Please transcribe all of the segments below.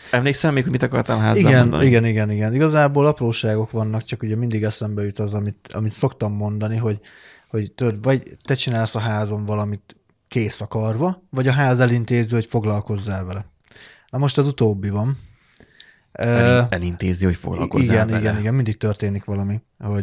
Emlékszem még, hogy mit akartál házzal mondani? Igen. Igazából apróságok vannak, csak ugye mindig eszembe jut az, amit szoktam mondani, hogy tudod, vagy te csinálsz a házon valamit kész akarva, vagy a ház elintézi, hogy foglalkozzál vele. Na most az utóbbi van. Elintézi, hogy foglalkozzál vele. Igen, mindig történik valami,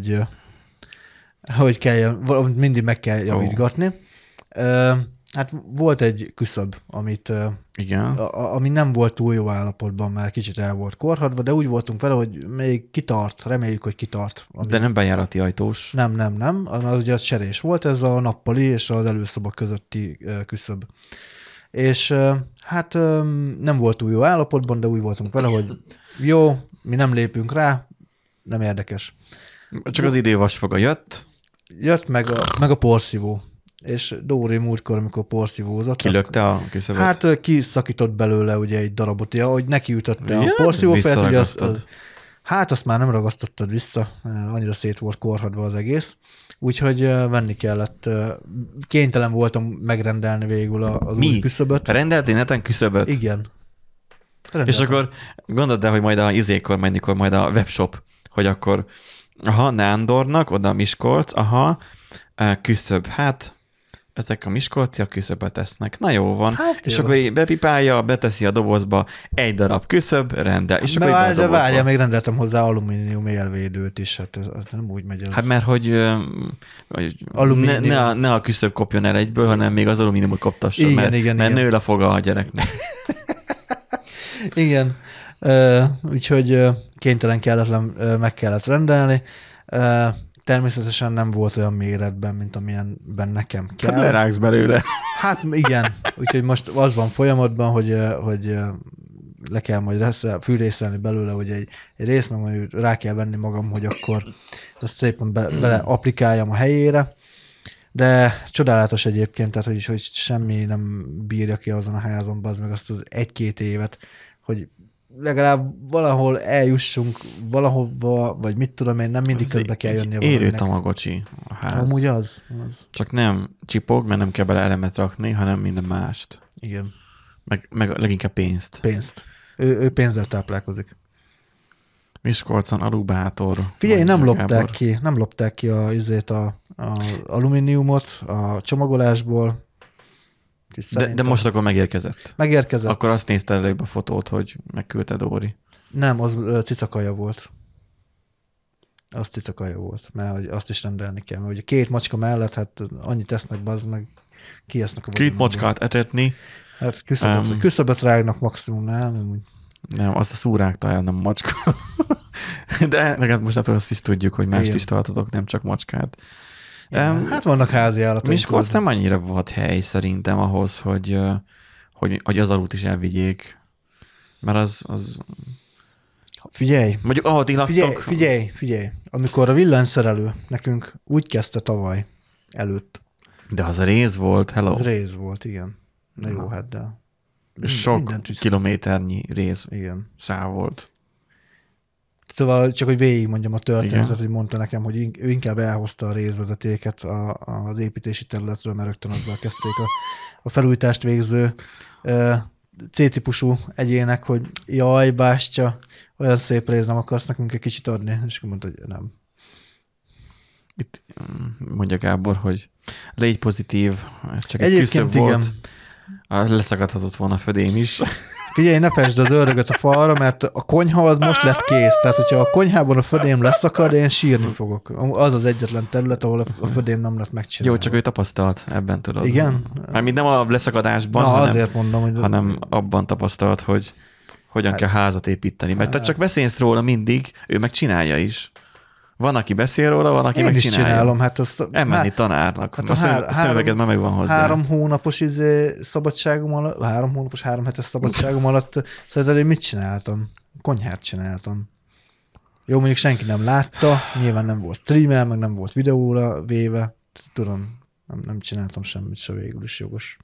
hogy kell, mindig meg kell javítgatni. Hát volt egy küszöb, ami nem volt túl jó állapotban, már kicsit el volt korhadva, de úgy voltunk vele, hogy még kitart, reméljük, hogy kitart. De nem bejárati ajtós? Nem. Az ugye az cserés volt, ez a nappali és az előszoba közötti küszöb. És hát nem volt túl jó állapotban, de úgy voltunk vele, hogy jó, mi nem lépünk rá, nem érdekes. Csak az idővasfoga jött. Jött meg a porszívó. És Dóri múltkor, amikor porszívózott. Kilökte a küszöböt? Hát kiszakított belőle ugye egy darabot, hogy nekiütötte a porszívófejet, hogy hát azt már nem ragasztottad vissza, annyira szét volt korhadva az egész. Úgyhogy venni kellett. Kénytelen voltam megrendelni végül az új küszöböt. Rendeltél neten küszöböt? Igen. Rendeltem. És akkor gondold el, hogy majd majd a webshop, hogy akkor Nándornak, oda Miskolc, küszöb, hát ezek a miskolciak küszöbet tesznek. Na jó van. Hát és jó. Akkor bepipálja, beteszi a dobozba egy darab küszöb, rendel. És de várja, még rendeltem hozzá alumínium élvédőt is, hát ez nem úgy megy. Hát mert hogy ne a küszöb kopjon el egyből, hanem még az alumíniumot koptasson, mert nő a foga a gyereknek. Igen. Úgyhogy kénytelen meg kellett rendelni. Természetesen nem volt olyan méretben, mint amilyenben nekem kell. Hát lerágsz belőle. Hát igen, úgyhogy most az van folyamatban, hogy le kell majd fűrészelni belőle, hogy egy részt, meg majd rá kell venni magam, hogy akkor azt szépen bele applikáljam a helyére. De csodálatos egyébként, tehát hogy semmi nem bírja ki azon a házon, az meg azt az 1-2 évet, hogy legalább valahol eljussunk valahova, vagy mit tudom én, nem mindig közbe kell jönni a valaminek. Érő tamagocsi a ház. Amúgy az. Csak nem csipog, mert nem kell bele elemet rakni, hanem minden mást. Igen. Meg leginkább pénzt. Ő pénzzel táplálkozik. Miskolcon alubátor. Figyelj, nem lopták ki a alumíniumot a csomagolásból. De most akkor megérkezett. Megérkezett. Akkor azt nézte előbb a fotót, hogy megküldte Dóri. Nem, az cicakaja volt. Az cicakaja volt, mert azt is rendelni kell. Mert ugye 2 macska mellett, hát annyit esznek, bazd meg, ki esznek a 2 macskát etetni. Hát küszöböt rágnak maximum, nem? Nem, azt a szúrágta el, nem macska. De legalább most azt is tudjuk, hogy mást is tartotok, nem csak macskát. Hát vannak házi állatok. Miskolc nem annyira volt hely szerintem ahhoz, hogy az alut is elvigyék. Mert az... Figyelj! Mondjuk ahol ti laktok... Figyelj! Amikor a villanyszerelő nekünk úgy kezdte tavaly előtt. De az rész volt, hello. Az rész volt, igen. Na jó, hát de... Sok kilométernyi rész. Igen. Szál volt. Szóval csak, hogy végigmondjam a történetet, hogy mondta nekem, hogy ő inkább elhozta a részvezetéket az építési területről, mert rögtön azzal kezdték a felújítást végző C-típusú egyének, hogy jaj, bástya, olyan szép rész, nem akarsz nekünk egy kicsit adni? És akkor mondta, hogy nem. Itt mondja Gábor, hogy légy pozitív, ez csak egy küszöb volt. Leszakadhatott volna a födém is. Figyelj, ne pesd az ördögöt a falra, mert a konyha az most lett kész. Tehát, hogyha a konyhában a födém leszakad, én sírni fogok. Az az egyetlen terület, ahol a födém nem lett megcsinálva. Jó, csak ő tapasztalt ebben, tudod. Igen? Mármint nem a leszakadásban, azért mondom, hogy... hanem abban tapasztalt, hogy hogyan kell házat építeni. Mert te csak beszélsz róla mindig, ő meg csinálja is. Van, aki beszél róla, van, aki meg csinálja. Csinálom, hát azt... Elmenni tanárnak. Hát a szemüveged már megvan hozzá. 3 hónapos szabadságom alatt, 3 hónapos, 3 hetes szabadságom alatt szerintem én mit csináltam? Konyhát csináltam. Jó, mondjuk senki nem látta, nyilván nem volt streamel, meg nem volt videóra véve. Tudom, nem csináltam semmit se, végül is jogos.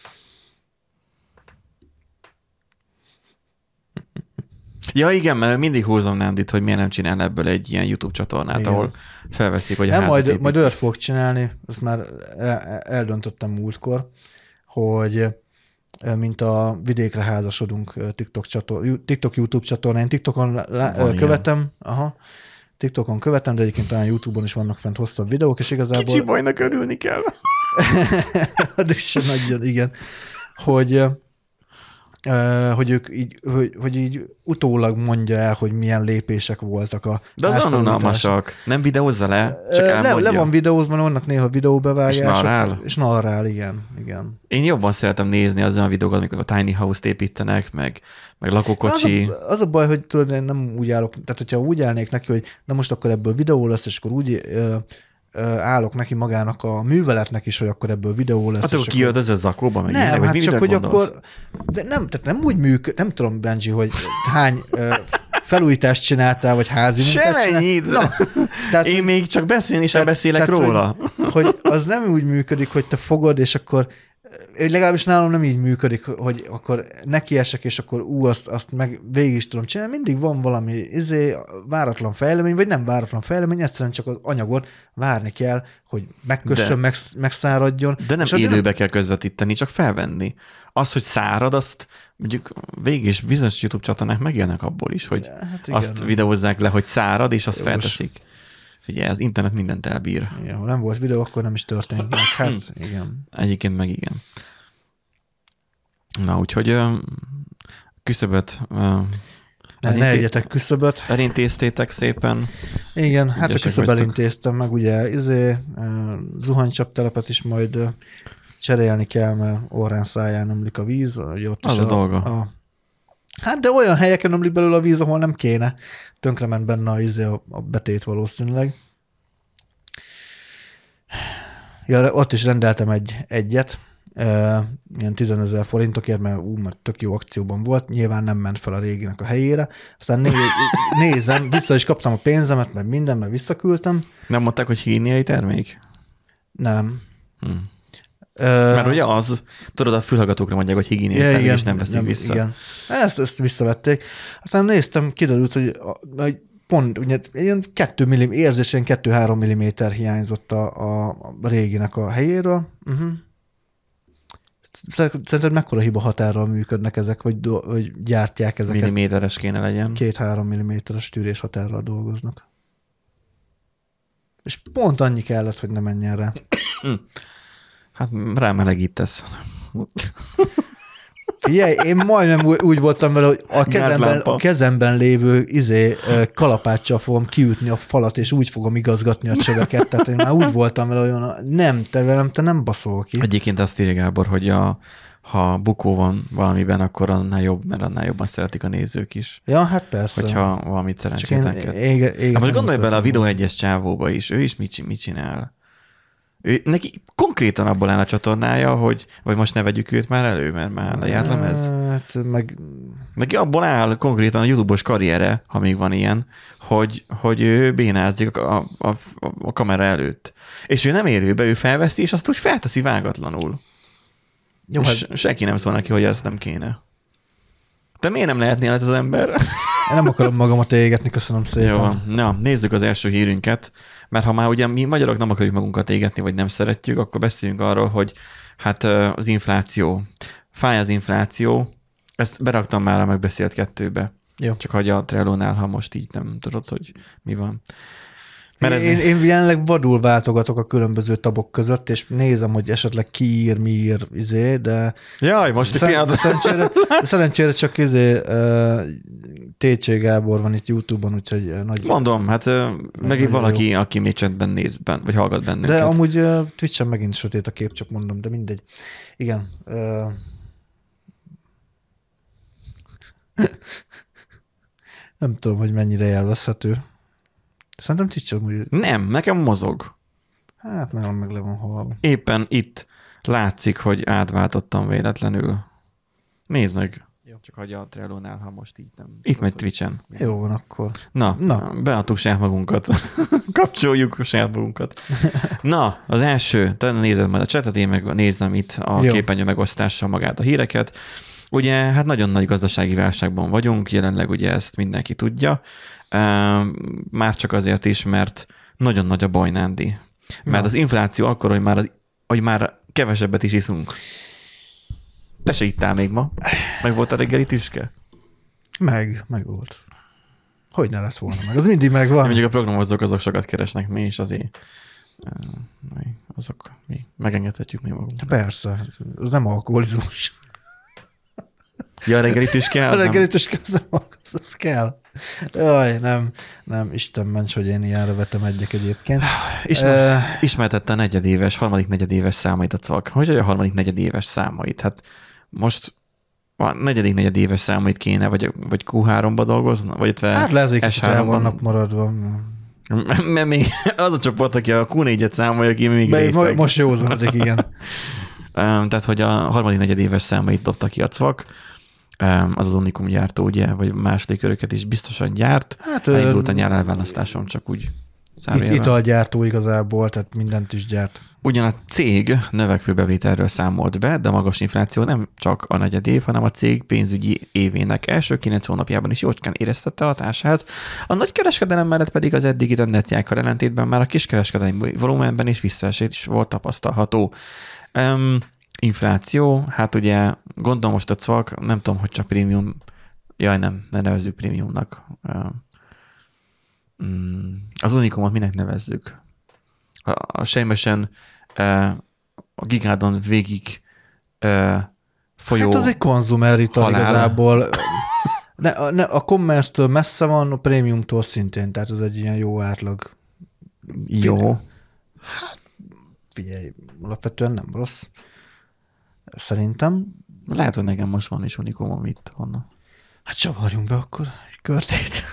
Ja igen, mert mindig húzom Nándit, hogy miért nem csinál ebből egy ilyen YouTube csatornát, igen, ahol felveszik, hogy a házat építik. Majd olyat fogok csinálni, azt már eldöntöttem múltkor, hogy mint a Vidékre házasodunk TikTok YouTube csatornán. Én TikTokon Van követem, TikTokon követem, de egyébként talán YouTube-on is vannak fent hosszabb videók, és igazából... Kicsi bajnak örülni kell. De sem nagyon, igen. Hogy ők így, hogy így utólag mondja el, hogy milyen lépések voltak a De az unalmasak. Nem videózza le, csak elmondja. Le van videózva, vannak néha videóbevágások. És narrál, igen. Én jobban szeretem nézni azon a videókat, amikor a tiny house-t építenek, meg lakókocsi. Az a baj, hogy tudod, én nem úgy állok, tehát hogyha úgy állnék neki, hogy na most akkor ebből videó lesz, és akkor úgy állok neki magának a műveletnek is, hogy akkor ebből videó lesz. Hát akkor kijött az a zakóba, meg nem, hát csak, hogy gondolsz? akkor, de nem, tehát nem úgy működik, nem tudom, Benji, hogy hány felújítást csináltál, vagy házi munkát csináltál. Tehát, én még csak beszélni sem beszélek róla. Hogy az nem úgy működik, hogy te fogod, és akkor legalábbis nálam nem így működik, hogy akkor nekiesek, és akkor azt meg végig is tudom csinálni. Mindig van valami váratlan fejlemény, vagy nem váratlan fejlemény, egyszerűen csak az anyagot várni kell, hogy megkössön, megszáradjon. De nem élőbe kell közvetíteni, csak felvenni. Az, hogy szárad, azt mondjuk végig is bizonyos YouTube csatornák megélnek abból is, hogy hát igen, azt videózzák le, hogy szárad, és azt felteszik. Figyelj, az internet mindent elbír. Igen, ha nem volt videó, akkor nem is történt meg. Hát, igen. Egyébként meg igen. Na, úgyhogy küszöböt... Ne egyetek küszöböt. Elintéztétek szépen. Igen, hát a küszöb elintéztem meg, ugye zuhanycsaptelepet is majd cserélni kell, mert orrán száján ömlik a víz. Ott az is a dolga. Hát de olyan helyeken ömlik belőle a víz, ahol nem kéne. Tönkrement benne a betét valószínűleg. Ja, ott is rendeltem egyet, ilyen 10 000 forintokért, mert tök jó akcióban volt, nyilván nem ment fel a réginek a helyére. Aztán nézem, vissza is kaptam a pénzemet, mert visszaküldtem. Nem mondták, hogy higiéniai termék? Nem. Mert ugye az, tudod, a fülhallgatókra mondják, hogy higiéniai termék, és nem veszik vissza. Igen. Ezt visszavették. Aztán néztem, kiderült, hogy pont ugye ilyen 2-3 milliméter hiányzott a réginek a helyéről. Szerinted mekkora hiba határral működnek ezek, vagy gyártják ezeket? Milliméteres kéne legyen. 2-3 milliméteres tűrés határral dolgoznak. És pont annyi kellett, hogy ne menjen rá. Hát rámelegítesz. Figyelj, én majdnem úgy voltam vele, hogy a kezemben lévő kalapáccsal fogom kiütni a falat, és úgy fogom igazgatni a csöveket. Tehát én már úgy voltam vele, hogy nem, te nem baszol ki. Egyébként azt írja Gábor, hogy ha bukó van valamiben, akkor annál jobb, mert annál jobban szeretik a nézők is. Ja, hát persze. Hogyha valamit szerencsétlenkedsz. Most gondolj bele a Videó 1-es csávóba is. Ő is mit csinál? Neki konkrétan abból áll a csatornája, vagy most ne vegyük őt már elő, mert már lejárt lemez. Hát Neki abból áll konkrétan a YouTube-os karriere, ha még van ilyen, hogy ő bénázik a kamera előtt. És ő nem élőbe, ő felveszi, és azt úgy felteszi vágatlanul. Jó, és senki nem szól neki, hogy ezt nem kéne. Te miért nem lehetnél ez az ember? Én nem akarom magamat égetni, köszönöm szépen. Jó, na, nézzük az első hírünket, mert ha már ugye mi magyarok nem akarjuk magunkat égetni, vagy nem szeretjük, akkor beszéljünk arról, hogy hát az infláció, fáj az infláció, ezt beraktam már a megbeszélt 2-be. Jó. Csak hagyja a Trello-nál, ha most így nem tudod, hogy mi van. Én jelenleg vadul váltogatok a különböző tabok között, és nézem, hogy esetleg ki ír, mi ír, de... Jaj, most szerencsére csak TC Gábor van itt YouTube-on, úgyhogy nagy... Mondom, hát meg valaki, jó. Aki még csendben néz, vagy hallgat bennünket. De amúgy Twitch-en megint sötét a kép, csak mondom, de mindegy. Igen. Nem tudom, hogy mennyire élvezhető. Szerintem Twitch-en úgy... Nem, nekem mozog. Hát nagyon meg le van halva. Éppen itt látszik, hogy átváltottam véletlenül. Nézd meg. Jó. Csak hagyja a Trello-nál, ha most így nem... Itt megy Twitch-en. Jó van akkor. Na. Beadtuk saját magunkat. Kapcsoljuk saját magunkat. Na, az első, te nézed majd a chatet, én meg nézem itt a képernyő megosztással magát a híreket. Ugye, hát nagyon nagy gazdasági válságban vagyunk, jelenleg ugye ezt mindenki tudja. Már csak azért is, mert nagyon nagy a baj, Nándi. Mert az infláció akkor, hogy már kevesebbet is iszunk. Te se ittál még ma? Meg volt a reggeli tüske? Meg volt. Hogy ne lett volna meg? Az mindig megvan. Mondjuk a programozók azok sokat keresnek, mi is azért mi megengedhetjük mi magunk. Persze, az nem alkoholizmus. Ja, a reggeli tüske? A reggeli tüske az kell. Jaj, nem, Isten ments, hogy én ilyenre vetem egyek egyébként. Ismertette a harmadik negyedéves számait a CVAK. Hogy a harmadik negyedéves számait? Hát most a negyedik negyedéves számait kéne, vagy Q3-ba dolgozna? Vagy hát lehet, hogy kicsit el vannak maradva. Mert még az a csoport, aki a Q4-et számolja ki, még részeg. Most józanodik, igen. Tehát, hogy a harmadik negyedéves számait dobta ki a CVAK, az Unikum gyártó, ugye, vagy második köröket is biztosan gyárt. Hát, elindult a nyár elválasztáson, csak úgy zárójelben. Italgyártó igazából, tehát mindent is gyárt. Ugyan a cég növekvő bevételről számolt be, de a magas infláció nem csak a negyedév, hanem a cég pénzügyi évének első 9 hónapjában is jócskán éreztette hatását. A nagykereskedelem mellett pedig az eddigi tendenciákkal ellentétben már a kiskereskedelmi volumenben is visszaesés volt tapasztalható. Infláció, hát ugye gondolom most a CVAK, nem tudom, hogy csak prémium, ne nevezzük prémiumnak. Az Unikumot minek nevezzük? A sejmesen a Gigádon végig folyó hát az egy konzumerital igazából. A commerce-től messze van, a prémiumtól szintén, tehát ez egy ilyen jó átlag. Jó. Hát figyelj, alapvetően nem rossz. Szerintem. Lehet, hogy nekem most van is Unikumom itt, honnan. Hát csavarjunk be akkor egy körtét.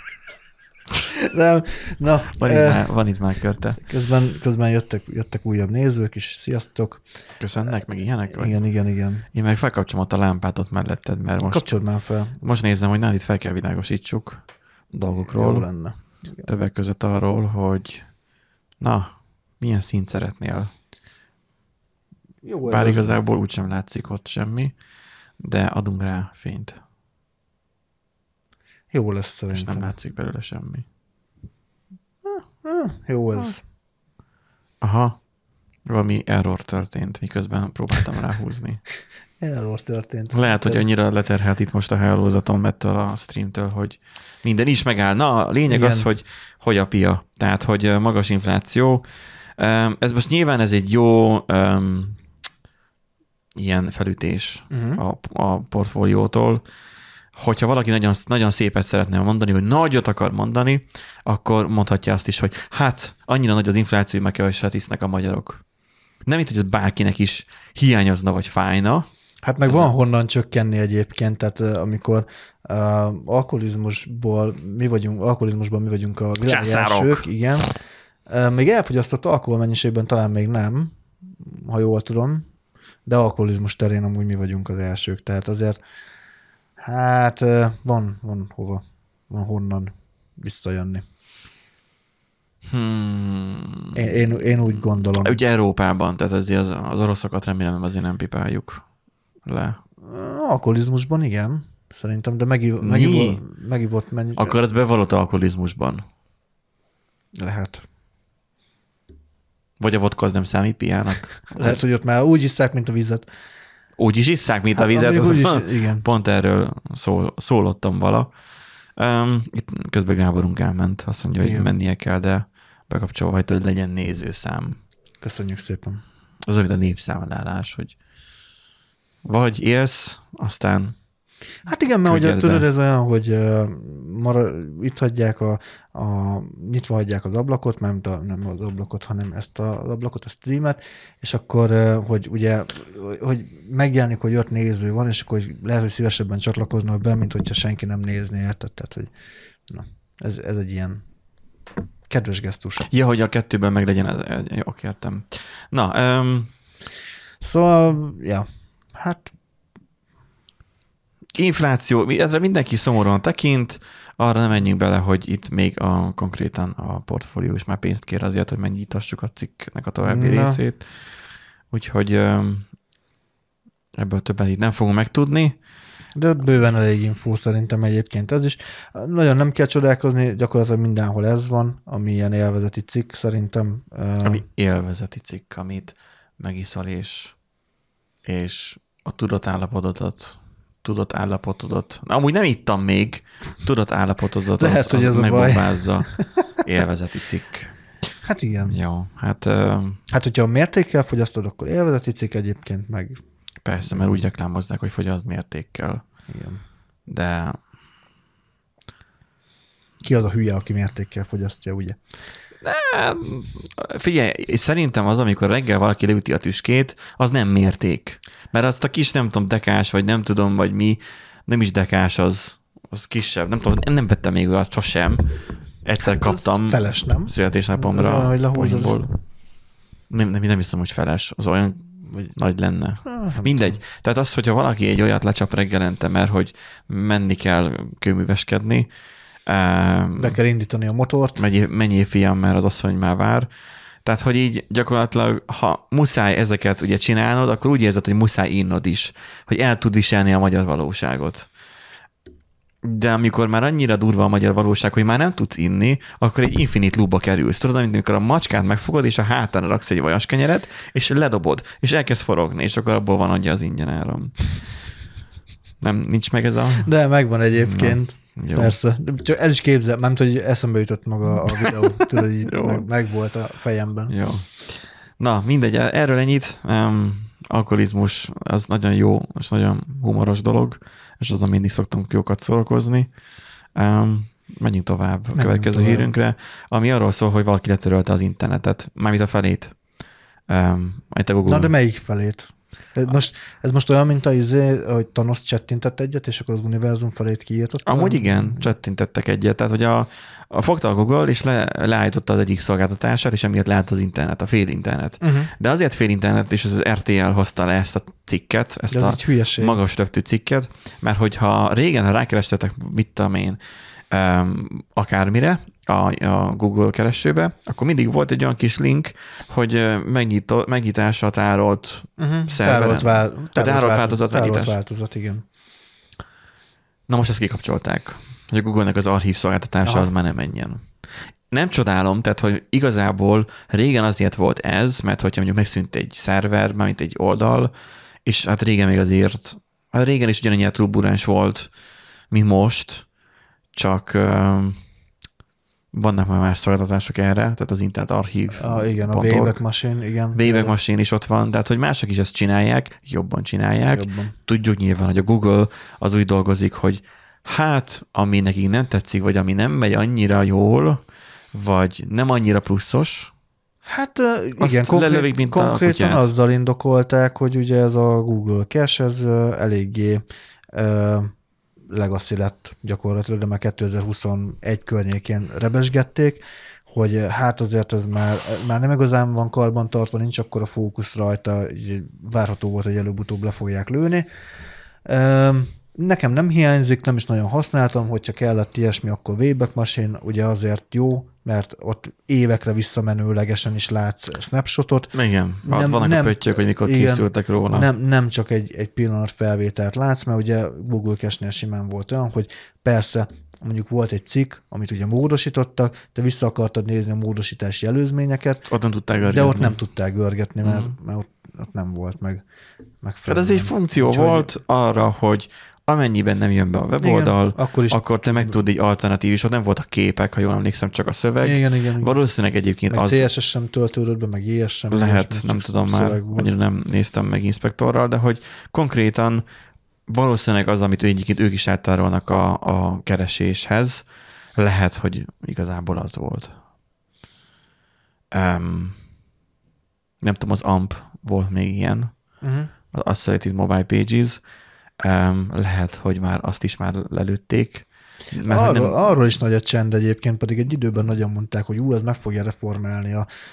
Nem, na. Van itt már körte. Közben jöttek újabb nézők is. Sziasztok. Köszönnek, meg ilyenek? Vagy? Igen. Én meg felkapcsolom ott a lámpát ott melletted, mert most... Kapcsold már fel. Most nézem, hogy itt fel kell világosítsuk dolgokról. Jó lenne. Igen. Többek között arról, hogy milyen színt szeretnél. Jó, bár igazából úgysem látszik ott semmi, de adunk rá fényt. Jó lesz szerintem. És nem látszik belőle semmi. Jó ez. Aha. Valami error történt, miközben próbáltam ráhúzni. Error történt. Lehet, hogy annyira leterhelt itt most a hálózatom ettől a streamtől, hogy minden is megáll. Na, a lényeg igen. Az, hogy a PIA. Tehát, hogy magas infláció. Ez most nyilván ez egy jó ilyen felütés a portfóliótól. Hogyha valaki nagyon, nagyon szépet szeretne mondani, hogy nagyot akar mondani, akkor mondhatja azt is, hogy hát annyira nagy az infláció, hogy meg keveset isznek a magyarok. Nem itt, hogy ez bárkinek is hiányozna, vagy fájna. Hát meg van honnan csökkenni egyébként, tehát amikor alkoholizmusban mi vagyunk a világ elsők, igen. Még elfogyasztott alkoholmennyiségben talán még nem, ha jól tudom, de alkoholizmus terén amúgy mi vagyunk az elsők, tehát azért hát van honnan visszajönni. Én úgy gondolom. Ugye Európában, tehát az oroszokat remélem azért nem pipáljuk le. Alkoholizmusban igen, szerintem, de megivott mennyi. Akkor ez bevallott alkoholizmusban. Lehet. Vagy a vodka az nem számít piának? Lehet, hogy ott már úgy isszák, mint a vizet. Úgy is isszák, mint a vizet? Igen. Pont erről szólottam vala. Itt közben Gáborunk elment, azt mondja, hogy mennie kell, de bekapcsolva, hogy legyen nézőszám. Köszönjük szépen. Az olyan, mint a népszámlálás, hogy vagy élsz, aztán hát igen, mert hogy tudod, ez olyan, hogy itt hagyják nyitva hagyják az ablakot, nem az ablakot, hanem ezt az ablakot, a streamet, és akkor, hogy ugye, hogy megjelenik, hogy ott néző van, és akkor lehet, hogy szívesebben csatlakoznak be, mint hogyha senki nem nézné, érted? Tehát, hogy ez egy ilyen kedves gesztus. Ja, hogy a kettőben meg legyen, jó, értem. Na, szóval, ja, hát infláció, ezre mindenki szomorúan tekint, arra nem menjünk bele, hogy itt még konkrétan a portfólió is már pénzt kér azért, hogy megnyitassuk a cikknek a további részét. Úgyhogy ebből többet itt nem fogunk megtudni. De bőven elég infó szerintem egyébként ez is. Nagyon nem kell csodálkozni, gyakorlatilag mindenhol ez van, ami ilyen élvezeti cikk szerintem. Ami élvezeti cikk, amit megiszol és a tudott állapotodat. Amúgy nem ittam még, tudott állapotodat. Lehet, hogy ez a baj. Megbombázza. Élvezeti cikk. Hát igen. Jó, hát... Hát, hogyha a mértékkel fogyasztod, akkor élvezeti cikk egyébként meg. Persze, mert úgy reklámozzák, hogy fogyaszt mértékkel. Igen. De... Ki az a hülye, aki mértékkel fogyasztja, ugye? Figyelj, szerintem az, amikor reggel valaki leüti a tüskét, az nem mérték. Mert azt a kis, nem tudom, dekás, vagy nem tudom, vagy mi, nem is dekás, az kisebb. Nem tudom, nem vettem még olyat sosem. Egyszer kaptam. Ez feles, nem? Születésnapomra. Az, hogy lehúzod, nem hiszem, hogy feles. Az olyan vagy nagy lenne. Mindegy. Tudom. Tehát az, hogyha valaki egy olyat lecsap reggelente, mert hogy menni kell kőműveskedni, be kell indítani a motort. Menjél fiam, mert az asszony már vár. Tehát, hogy így gyakorlatilag, ha muszáj ezeket ugye csinálnod, akkor úgy érzed, hogy muszáj innod is, hogy el tud viselni a magyar valóságot. De amikor már annyira durva a magyar valóság, hogy már nem tudsz inni, akkor egy infinite loopba kerülsz. Tudod, mint amikor a macskát megfogod, és a hátán raksz egy vajaskenyeret, és ledobod, és elkezd forogni, és akkor abból van adja az ingyen áram. Nem, nincs meg ez a... De megvan egyébként. Jó. Persze. Csak el is képzel, nem tudom, hogy eszembe jutott maga a videó, tudod, így meg volt a fejemben. Jó. Na, mindegy, erről ennyit. Alkoholizmus az nagyon jó, és nagyon humoros dolog, és azon mindig szoktunk jókat szórakozni. Menjünk tovább a következő hírünkre, ami arról szól, hogy valaki letörölte az internetet, mármint a felét. Na, de melyik felét? Ez most olyan, mint hogy Thanos csettintett egyet, és akkor az univerzum felét kiírtotta? Amúgy igen, csettintettek egyet. Tehát, hogy fogta a Google, és leállította az egyik szolgáltatását, és emiatt leállt az internet, a fél internet. De azért fél internet, és az RTL hozta le ezt a cikket, ezt a magas röptű cikket, mert hogyha régen, ha rákerestetek, mit tudom én, akármire, a Google keresőbe, akkor mindig volt egy olyan kis link, hogy megnyitásra tárolt szerveren. Tárolt változat, igen. Na most ezt kikapcsolták, hogy a Google-nek az archív szolgáltatása az már nem menjen. Nem csodálom, tehát, hogy igazából régen azért volt ez, mert hogyha mondjuk megszűnt egy szerver, mármint egy oldal, és hát régen még azért, hát régen is ugyanannyi turbulens volt, mint most, csak vannak már más szolgáltatások erre, tehát az internet archív. Igen, a Wayback Machine, igen. Wayback Machine is ott van, tehát hogy mások is ezt csinálják, jobban csinálják. Tudjuk nyilván, hogy a Google az úgy dolgozik, hogy hát, ami nekik nem tetszik, vagy ami nem megy annyira jól, vagy nem annyira pluszos, hát igen, konkrétan azzal indokolták, hogy ugye ez a Google Cache, ez eléggé legacy lett gyakorlatilag, de már 2021 környékén rebesgették, hogy hát azért ez már nem igazán van karban tartva, nincs akkor a fókusz rajta, várható volt, hogy előbb-utóbb le fogják lőni. Nekem nem hiányzik, nem is nagyon használtam, hogyha kellett ilyesmi, akkor Wayback Machine, ugye azért jó, mert ott évekre visszamenőlegesen is látsz snapshotot. Igen, vannak a pöttyök, hogy mikor készültek róla. Nem csak egy pillanat felvételt látsz, mert ugye Google Cache-nél simán volt olyan, hogy persze mondjuk volt egy cikk, amit ugye módosítottak, te vissza akartad nézni a módosítási előzményeket, ott nem tudták görgetni. De ott nem tudták görgetni, mert ott nem volt megfelelő. Hát ez egy funkció volt arra, hogy amennyiben nem jön be a weboldal, akkor te meg tudod egy alternatív, és ott nem voltak képek, ha jól emlékszem, csak a szöveg. Igen. Valószínűleg egyébként meg az... CSS sem töltődött be, meg IS sem. Lehet, nem tudom már, annyira nem néztem meg inspektorral, de hogy konkrétan valószínűleg az, amit egyébként ők is áttárolnak a kereséshez, lehet, hogy igazából az volt. Nem tudom, az AMP volt még ilyen, az Associated Mobile Pages, lehet, hogy már azt is már lelőtték. Arról is nagy a csend egyébként, pedig egy időben nagyon mondták, hogy ez meg fogja reformálni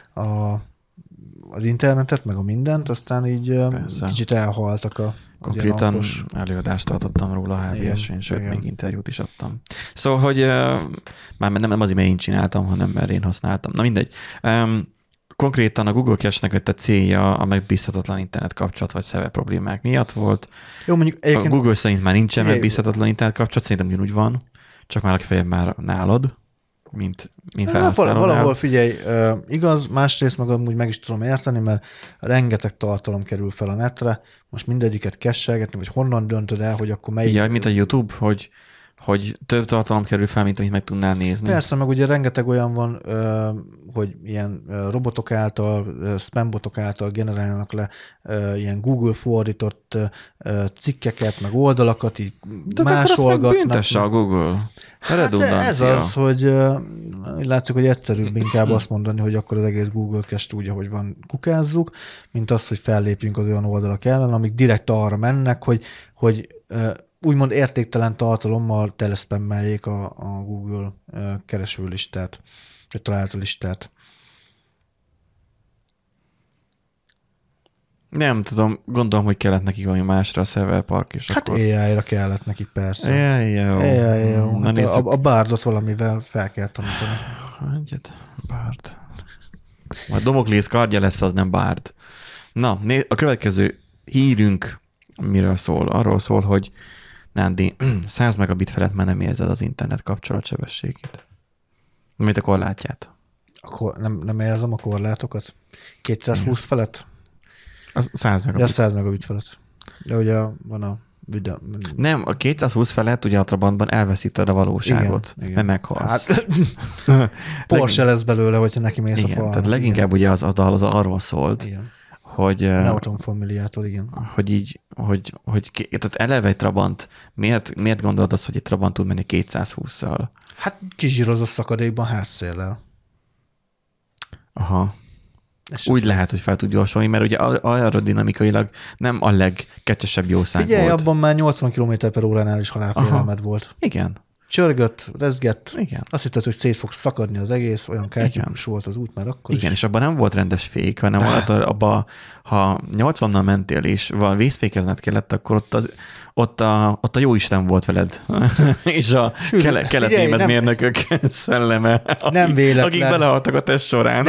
az internetet, meg a mindent, aztán így kicsit elhaltak konkrétan előadást tartottam róla a HVS-én, sőt, még interjút is adtam. Szóval, hogy már nem azért, mert én csináltam, hanem mert én használtam. Na mindegy. Konkrétan a Google Cache-nek a célja a megbízhatatlan internet kapcsolat vagy szerver problémák miatt volt. Jó, mondjuk a Google szerint már nincsen megbízhatatlan internet kapcsolat, szerintem ugyanúgy van, csak már legfeljebb már nálad. mint felhasználónál. Valahol figyelj, igaz, másrészt meg amúgy meg is tudom érteni, mert rengeteg tartalom kerül fel a netre, most mindegyiket kesselgetni, vagy honnan döntöd el, hogy akkor melyik... Ja, mint a YouTube, hogy több tartalom kerül fel, mint amit meg tudnál nézni. Persze, meg ugye rengeteg olyan van, hogy ilyen robotok által, spambotok által generálnak le ilyen Google fordított cikkeket, meg oldalakat, így másolgatnak. De büntesse a Google. Hát ez az, hogy látszik, hogy egyszerűbb inkább azt mondani, hogy akkor az egész Google Cache úgy, ahogy van, kukázzuk, mint az, hogy fellépjünk az olyan oldalak ellen, amik direkt arra mennek, hogy úgymond értéktelen tartalommal teleszpammeljék a Google keresőlistát, vagy található listát. Nem tudom, gondolom, hogy kellett nekik valami másra a server park is. Hát akkor... AI-ra kellett nekik persze. AI jó. Hát a Bardot valamivel fel kell tanítani. Bard. A Damoklész kardja lesz, az nem Bard. Na, a következő hírünk miről szól? Arról szól, hogy Nándi, 100 megabit felett már nem érzed az internet kapcsolatsebességét. Mint a korlátját. Nem érzem a korlátokat? 220 felett? Az 100 megabit. Ja, 100 megabit felett. De ugye van a videó. Nem, a 220 felett ugye a Trabantban elveszíted a valóságot, igen. mert meghalsz. Hát, Porsche lesz belőle, hogyha neki mész a falnak. Tehát leginkább ugye az arról szólt, igen. hogy... Neutron Familiától, igen. Hogy így, tehát eleve egy Trabant, miért gondolod azt, hogy egy Trabant tud menni 220-szal? Hát kizsírozott szakadékban házszéllel. Aha. Úgy lehet, hogy fel tud gyorsulni, mert ugye aerodinamikailag nem a legkecsesebb jószág volt. Figyelj, abban már 80 km/h-nál is halálfélelmed volt. Igen. Csörgött, rezgett. Igen. Azt hitted, hogy szét fog szakadni az egész, olyan kártyús volt az út már akkor igen, és abban nem volt rendes fék, hanem abban, ha 80-nal mentél és vészfékezned kellett, akkor ott a jóisten volt veled. És a kelet-német mérnökök szelleme, akik belehaltak a teszt során.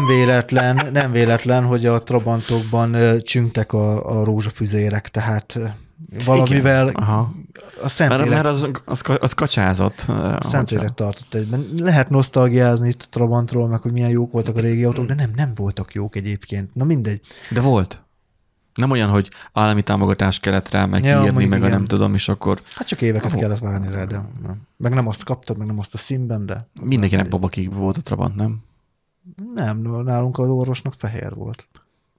Nem véletlen, hogy a Trabantokban csüngtek a rózsafüzérek, tehát valamivel a Szentlélek... Mert az kacsázott. A Szentlélek tartott egyben. Lehet nosztalgiázni itt Trabantról, meg hogy milyen jók voltak a régi autók, de nem voltak jók egyébként. Na mindegy. De volt. Nem olyan, hogy állami támogatást kellett rá, meg írni, meg a nem tudom, és akkor... Hát csak éveket kellett várni rá, de nem. Meg nem azt kaptad, meg nem azt a színben, de... Mindenkinek babakig volt a Trabant, nem? Nem, nálunk az orvosnak fehér volt.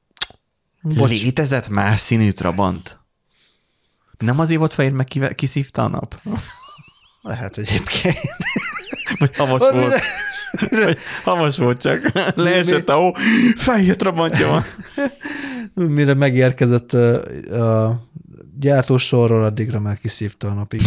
Létezett más színű Trabant? Nem azért volt fehér, meg kiszívta a nap? Lehet egyébként. Vagy havas volt. Havas volt csak. Leesett a fehér Trabantja van. Mire megérkezett a gyártósorról, addigra már kiszívta a napig.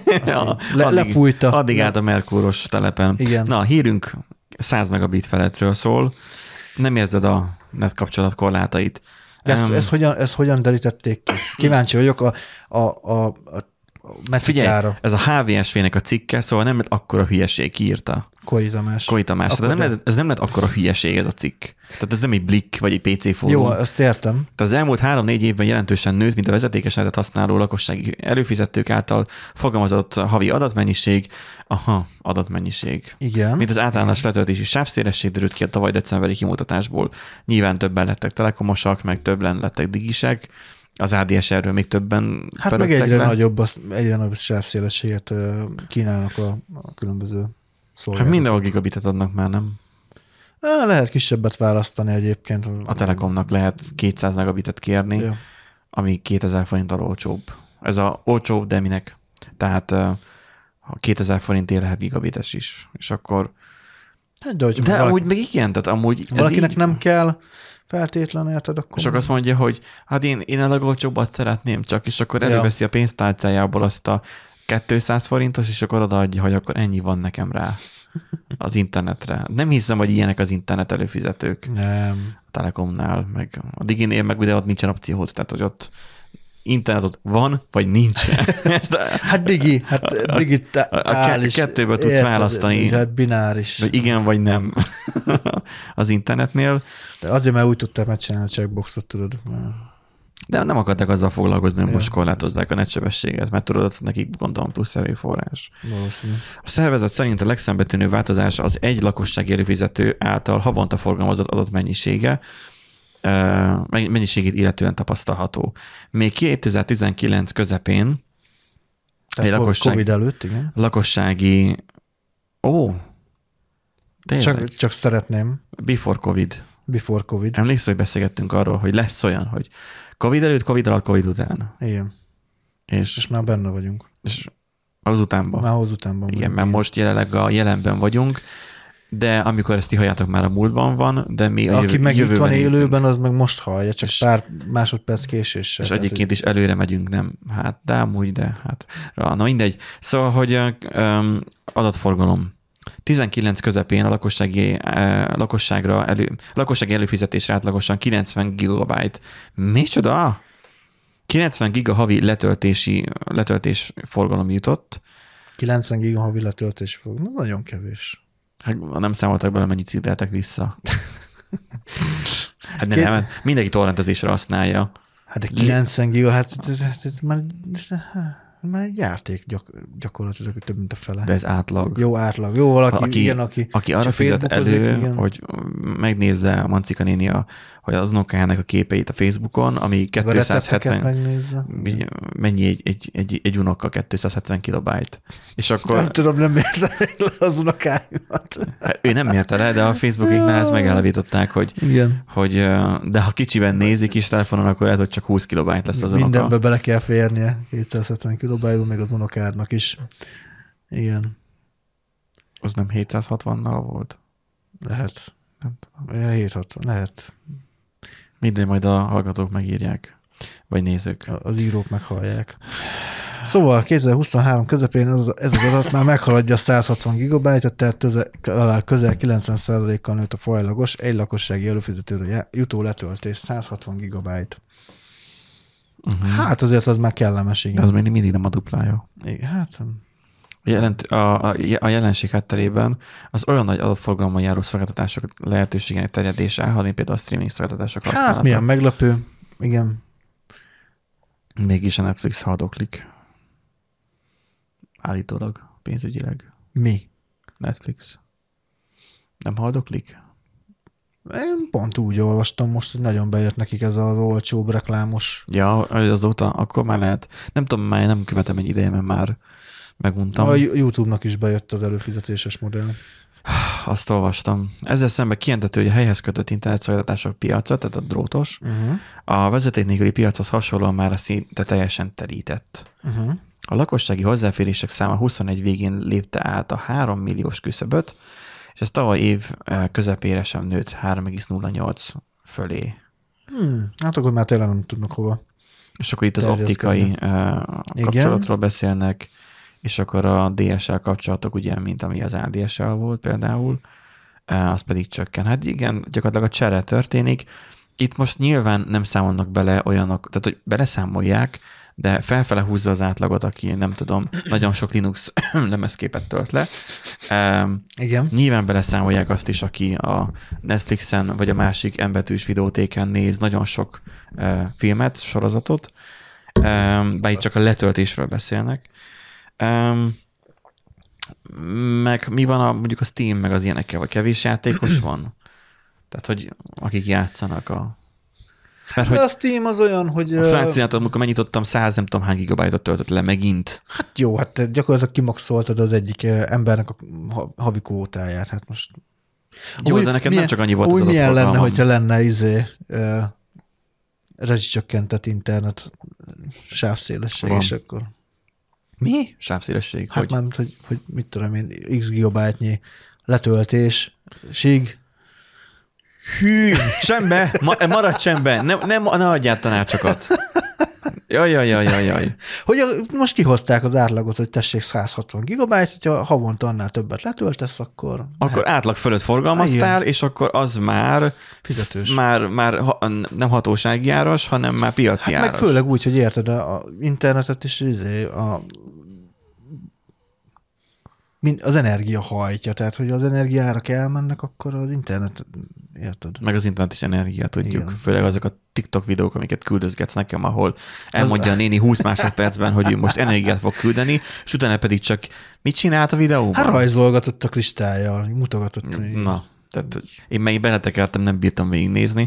Lefújta. Addig állt a Merkúros telepen. Igen. Na, a hírünk 100 megabit felettről szól. Nem érzed a net kapcsolat korlátait. Ezt hogyan derítették ki? Kíváncsi vagyok a metrikára. Figyelj, ez a HVSV-nek a cikke, szóval nem lett akkora hülyeség, kiírta. Koi Tamás. Ez nem lett akkora hülyeség ez a cikk. Tehát ez nem egy Blick vagy egy PC fórum. Jó, ezt értem. Tehát az elmúlt 3-4 évben jelentősen nőtt, mint a vezetékes netet használó lakossági előfizetők által fogalmazott havi adatmennyiség. Adatmennyiség. Igen. Mint az általános letöltési sávszélesség derült ki a tavaly decemberi kimutatásból. Nyilván többen lettek telekomosak, meg többen lettek digisek. Az ADSR-ről még többen hát meg egyre nagyobb sávszélességet kínálnak a különböző szolgáltatók. Hát mindenhol gigabitet adnak már, nem? Lehet kisebbet választani egyébként. A Telekomnak lehet 200 megabitet kérni, ja. Ami 2000 forinttal olcsóbb. Ez a olcsóbb, de minek? Tehát ha 2000 forintért lehet gigabites is, és akkor... Hát de amúgy meg igen, tehát amúgy... Valakinek nem kell feltétlenül, érted, akkor... És akkor azt mondja, hogy hát én a legolcsóbbat szeretném csak, és akkor előveszi a pénztárcájából azt a 200 forintos, és akkor odaadja, hogy akkor ennyi van nekem rá az internetre. Nem hiszem, hogy ilyenek az internet előfizetők. Nem. A Telekomnál, meg a Diginél, meg ugye ott nincsen opciót, tehát hogy ott internet ott van, vagy nincsen. Hát digitális. Kettőből tudsz választani. Hát bináris. Vagy igen, vagy nem az internetnél. De azért, mert úgy tudtam megcsinálni a checkboxot, tudod. De nem akarták azzal foglalkozni, hogy most korlátozzák a netsebességet, mert tudod, nekik gondolom plusz erőforrás. Valószínű. A szervezet szerint a legszembetűnő változás az egy lakossági előfizető által havonta forgalmazott adott mennyiségét illetően tapasztalható. Még 2019 közepén egy Covid előtt, igen. lakossági... Tényleg? Csak szeretném. Before Covid. Emlékszel, hogy beszélgettünk arról, hogy lesz olyan, hogy Covid előtt, Covid alatt, Covid után. Igen. És már benne vagyunk. És azutánban. Már azutánban igen, vagyunk. mert most jelenleg a jelenben vagyunk, de amikor ezt ti halljátok, már a múltban van, de mi a aki meg itt van élőben, nézünk. az meg most hallja, csak pár másodperc késéssel. És egyébként is előre megyünk, nem? Hát, de amúgy, de hát. Na mindegy. Szóval, hogy adatforgalom. 19 közepén a lakossági előfizetésre átlagosan 90 gigabyte. Micsoda? 90 giga havi letöltés forgalom jutott. 90 giga havi letöltés fog. Na, nagyon kevés. Hát nem számoltak bele, mennyit szideltek vissza. Hát nem, mindenki torrentezésre használja. Hát de 90 giga, hát már egy játék gyakorlatilag több, mint a fele. De ez átlag. Jó átlag. Jó, valaki, aki arra fizet elő, hogy megnézze a Mancika néni, hogy az unokájának a képeit a Facebookon, ami 270... Mennyi egy unoka 270 kilobájt. És akkor... Nem tudom, nem mérte le az unokáimat. Hát ő nem mérte le, de a Facebookiknál ezt megállapították, hogy de ha kicsiben nézi kis telefonon, akkor ez, hogy csak 20 kilobájt lesz az unoka. Mindenbe bele kell férnie 270 kilobájtból, még az unokádnak is. Igen. Az nem 760-nal volt? Lehet. Nem tudom. 760, lehet. Minden majd a hallgatók megírják, vagy nézők. Az írók meghallják. Szóval 2023 közepén ez az adat már meghaladja a 160 gigabyte-ot, tehát közel 90%-kal nőtt a fajlagos, egy lakossági előfizetőre jutó letöltés 160 gigabyte. Uh-huh. Hát azért az már kellemes, igen. De az még mindig nem a duplája. Igen, hát... A jelenség hátterében az olyan nagy adatforgalommal járó szolgáltatások lehetőségének terjedése állhat, mint például a streaming szolgáltatások használata. Hát milyen meglepő, igen. Mégis a Netflix haldoklik. Állítólag, pénzügyileg. Mi? Netflix. Nem haldoklik? Én pont úgy olvastam most, hogy nagyon bejött nekik ez az olcsóbb reklámos. Ja, azóta, akkor már lehet. Nem tudom, már nem követem egy ideje, mert már meguntam. A YouTube-nak is bejött az előfizetéses modell. Azt olvastam. Ezzel szemben kijelentető, hogy a helyhez kötött internetszolgáltatások piaca, tehát a drótos, a vezeték nélküli piachoz hasonlóan már szinte teljesen telített. A lakossági hozzáférések száma 21 végén lépte át a 3 milliós küszöböt, és ez tavaly év közepére sem nőtt 3,08 fölé. Hát akkor már tényleg nem tudnak hova. És akkor itt az optikai kapcsolatról beszélnek, és akkor a DSL kapcsolatok, ugye, mint ami az ADSL volt például, az pedig csökken. Hát igen, gyakorlatilag a csere történik. Itt most nyilván nem számolnak bele olyanok, tehát hogy beleszámolják, de felfele húzza az átlagot, aki nem tudom, nagyon sok Linux lemezképet tölt le. Igen. Nyilván beleszámolják azt is, aki a Netflixen vagy a másik M-betűs videótéken néz nagyon sok filmet, sorozatot, bár itt csak a letöltésről beszélnek. Meg mi van mondjuk a Steam, meg az ilyenekkel, vagy kevés játékos van? Tehát, hogy akik játszanak Mert, hogy a Steam az olyan, hogy... A Franciától, amikor megnyitottam, 100 nem tudom hány gigabájtot töltött le megint. Hát jó, hát gyakorlatilag kimaxoltad az egyik embernek a havi kvótáját, hát most... Jó, de neked nem csak annyi volt az milyen lenne, hogyha lenne rezsicsökkentett internet sávszélesség, és akkor... Mi? Sávszélesség? Hát már, hogy mit tudom én, x gigabájtnyi letöltésig. Hű, csembe, maradj csembe, ne adjál tanácsokat. Jaj. Hogy most kihozták az átlagot, hogy tessék 160 gigabyte, hogyha havonta annál többet letöltesz, akkor... Akkor átlag fölött forgalmaztál, és akkor az már... Fizetős. Már nem hatósági áras, hanem már piaci áras. Meg főleg úgy, hogy érted, a internetet is az energia hajtja, tehát hogy az energiárak elmennek, akkor az internet, érted? Meg az internet is energia, tudjuk. Igen. Főleg azok a TikTok videók, amiket küldözgetsz nekem, ahol elmondja a néni 20 másodpercben, hogy ő most energiát fog küldeni, és utána pedig csak mit csinált a videóban? Hát rajzolgatott a kristályjal, mutogatott. Na, tehát én meg beletekeltem, nem bírtam végignézni.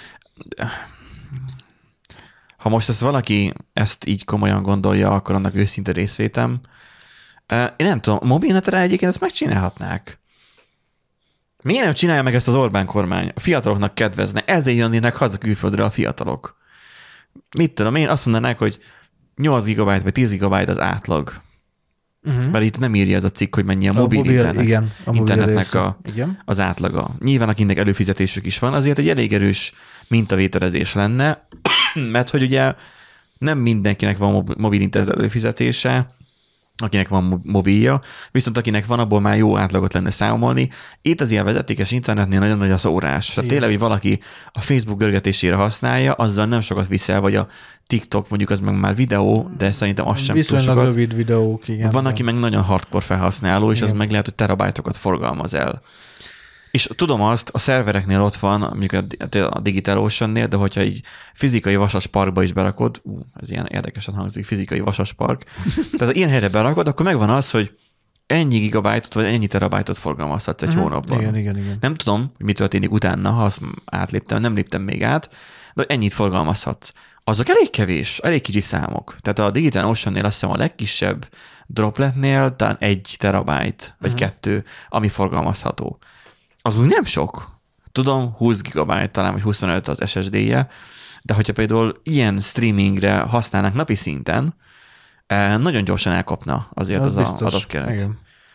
Ha most ezt valaki ezt így komolyan gondolja, akkor annak őszinte részvétem. Én nem tudom, a mobilnetre egyébként ezt megcsinálhatnák. Miért nem csinálja meg ezt az Orbán kormány? A fiataloknak kedvezne, ezért jönnének haza külföldre a fiatalok. Mit tudom én, azt mondanák, hogy 8 GB vagy 10 GB az átlag. Mert itt nem írja ez a cikk, hogy mennyi a mobil internetnek az átlaga. Nyilván akinek előfizetésük is van, azért egy elég erős mintavételezés lenne, mert hogy ugye nem mindenkinek van mobil internet előfizetése, akinek van mobilja, viszont akinek van, abból már jó átlagot lenne számolni. Itt az ilyen vezetékes internetnél nagyon nagy a szórás. Tehát tényleg, hogy valaki a Facebook görgetésére használja, azzal nem sokat viszel, vagy a TikTok mondjuk az meg már videó, de szerintem az sem túl sokat. Viszonylag rövid videók, igen. Van, aki meg nagyon hardcore felhasználó, és igen. Az meg lehet, hogy terabájtokat forgalmaz el. És tudom azt, a szervereknél ott van, mondjuk a Digital Oceannél, de hogyha egy fizikai vasas parkba is berakod, ez ilyen érdekesen hangzik, fizikai vasas park, tehát ilyen helyre berakod, akkor megvan az, hogy ennyi gigabájtot vagy ennyi terabájtot forgalmazhatsz egy hónapban. Igen. Nem tudom, hogy mi történik utána, ha azt átléptem, nem léptem még át, de ennyit forgalmazhatsz. Azok elég kevés, elég kicsi számok. Tehát a Digital Oceannél azt hiszem a legkisebb dropletnél talán 1 terabájt, vagy 2, ami forgalmazható. Az úgy nem sok. Tudom, 20 GB, talán vagy 25 az SSD-je, de hogyha például ilyen streamingre használnánk napi szinten, nagyon gyorsan elkapna azért az adatkeret.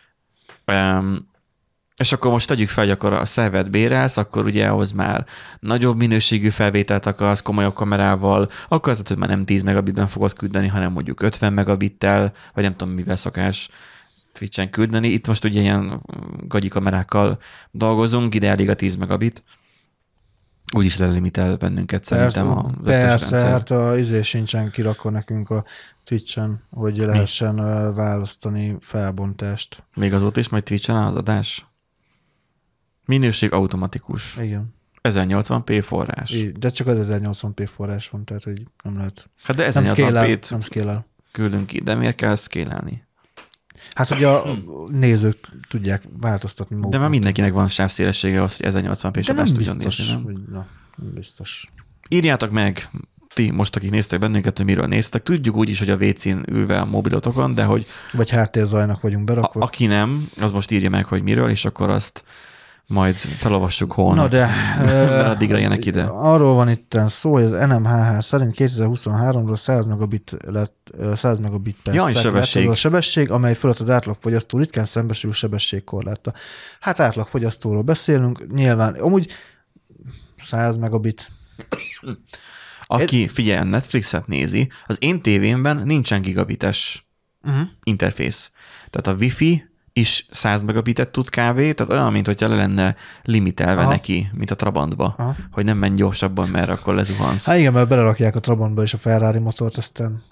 És akkor most tegyük fel, hogy akkor a szervert bérelsz, akkor ugye ahhoz már nagyobb minőségű felvételt akarsz, komolyabb kamerával, akkor az, hogy már nem 10 megabitben fogod küldeni, hanem mondjuk 50 megabittel, vagy nem tudom, mivel szokás Twitch-en küldeni. Itt most ugye ilyen gagyi kamerákkal dolgozunk, ide elég a 10 megabit. Úgyis lelimitel bennünket szerintem az persze, hát izé sincsen kirakva nekünk a Twitch-en, hogy lehessen választani felbontást. Még azóta is majd Twitch-en az adás? Minőség automatikus. Igen. 1080p forrás. De csak az 1080p forrás van, tehát hogy nem lehet. Hát de 1080p-t nem scale-el. Küldünk ki, de miért kell scale-elni? Hát, hogy a nézők tudják változtatni magukat. De már mindenkinek van sávszélessége az, hogy 1080p-s adást tudjon nézni, nem biztos. Írjátok meg, ti most, akik néztek bennünket, hogy miről néztek. Tudjuk úgy is, hogy a WC-n ülve a mobilotokon, de hogy... Vagy háttérzajnak vagyunk berakva. Aki nem, az most írja meg, hogy miről, és akkor azt majd felolvassuk holnap. Na de... addigra ilyenek ide. Arról van itt szó, hogy az NMHH szerint 2023-ról 100 megabit lett, 100 megabit per sebesség. a sebesség, amely fölött az átlagfogyasztó ritkán szembesül sebességkorlátta. Hát átlagfogyasztóról beszélünk, nyilván, amúgy 100 megabit. Aki, figyelj, a Netflixet nézi, az én tévémben nincsen gigabites interfész. Tehát a Wi-Fi is 100 megabitet tud kb. Tehát olyan, mint hogyha le lenne limitelve neki, mint a Trabantba, hogy nem menj gyorsabban, mert akkor lezuhansz. Hát igen, mert belerakják a Trabantba és a Ferrari motort, aztán...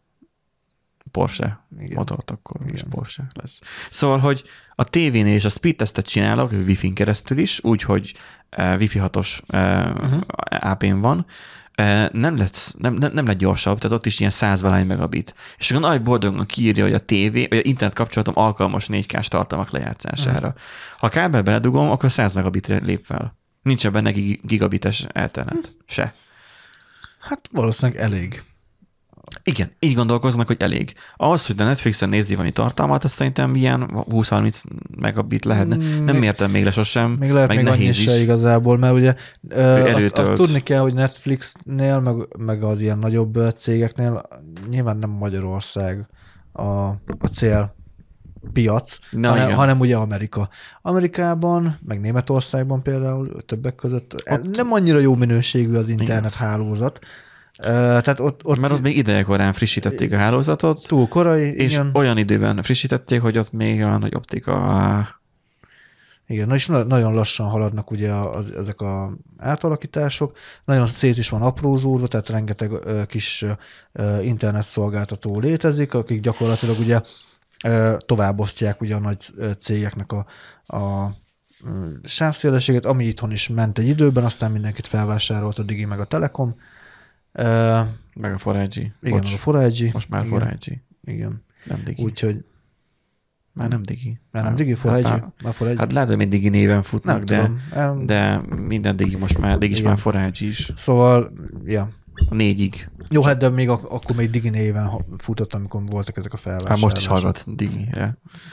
Porsche motort, akkor is Porsche lesz. Szóval, hogy a tévénél és a speed testet csinálok Wi-Fi-n keresztül is, úgyhogy Wi-Fi 6-os AP-n van, nem lett gyorsabb, tehát ott is ilyen 100-valány megabit. És akkor nagy boldognak kiírja, hogy a tévé, vagy a internet kapcsolatom alkalmas 4K-s tartalmak lejátszására. Ha a kábel beledugom, akkor 100 megabitre lép fel. Nincsen benne gigabites elternet. Se. Hát valószínűleg elég. Igen, így gondolkoznak, hogy elég. Ahhoz, hogy a Netflixen nézni valami tartalmat, azt szerintem ilyen 20-30 megabit lehetne. Nem mértem még le sosem. Még lehet még annyi se igazából, mert ugye azt tudni kell, hogy Netflixnél, meg az ilyen nagyobb cégeknél nyilván nem Magyarország a cél piac, hanem ugye Amerika. Amerikában, meg Németországban például többek között nem annyira jó minőségű az internet hálózat. Tehát mert ott még idejekorán frissítették a hálózatot. Túl korai, és igen. Olyan időben frissítették, hogy ott még a nagy optika... Igen, és nagyon lassan haladnak ugye ezek az átalakítások. Nagyon szét is van aprózódva, tehát rengeteg kis internetszolgáltató létezik, akik gyakorlatilag ugye továbbosztják ugye a nagy cégeknek a sávszélességet, ami itthon is ment egy időben, aztán mindenkit felvásárolt a Digi meg a Telekom, Meg a 4G. Igen, meg a 4G. Most már 4G. Igen. Nem digi. Úgyhogy Már nem digi. már nem digi? 4G? Már 4G? Hát lehet, hogy még digi néven futnak, nem tudom. de minden digi most már, digi is Igen. már 4G is. Szóval, ja. A 4-ig. Jó, hát de még akkor még digi néven futott, amikor voltak ezek a felvásárlások. Hát most is hallgat digire.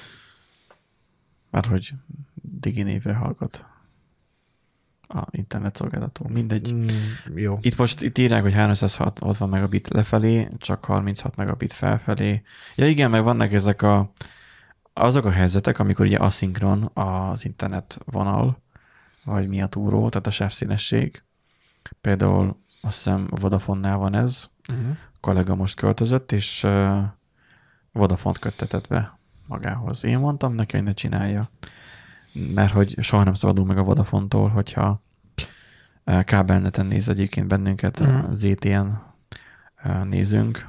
Már hogy digi névre hallgat a internetszolgáltató. Mindegy. Jó. Itt írják, hogy 360 megabit lefelé, csak 36 megabit felfelé. Ja igen, meg vannak ezek azok a helyzetek, amikor ugye aszinkron az internet vonal, vagy mi a túró, tehát a sávszínesség. Például azt hiszem a Vodafone-nál van ez. A kollega most költözött, és Vodafone-t köttetett be magához. Én mondtam neki, hogy ne csinálja, mert hogy soha nem szabadul meg a Vodafone-tól, hogyha kábelneten néz egyébként bennünket, ZTN nézünk.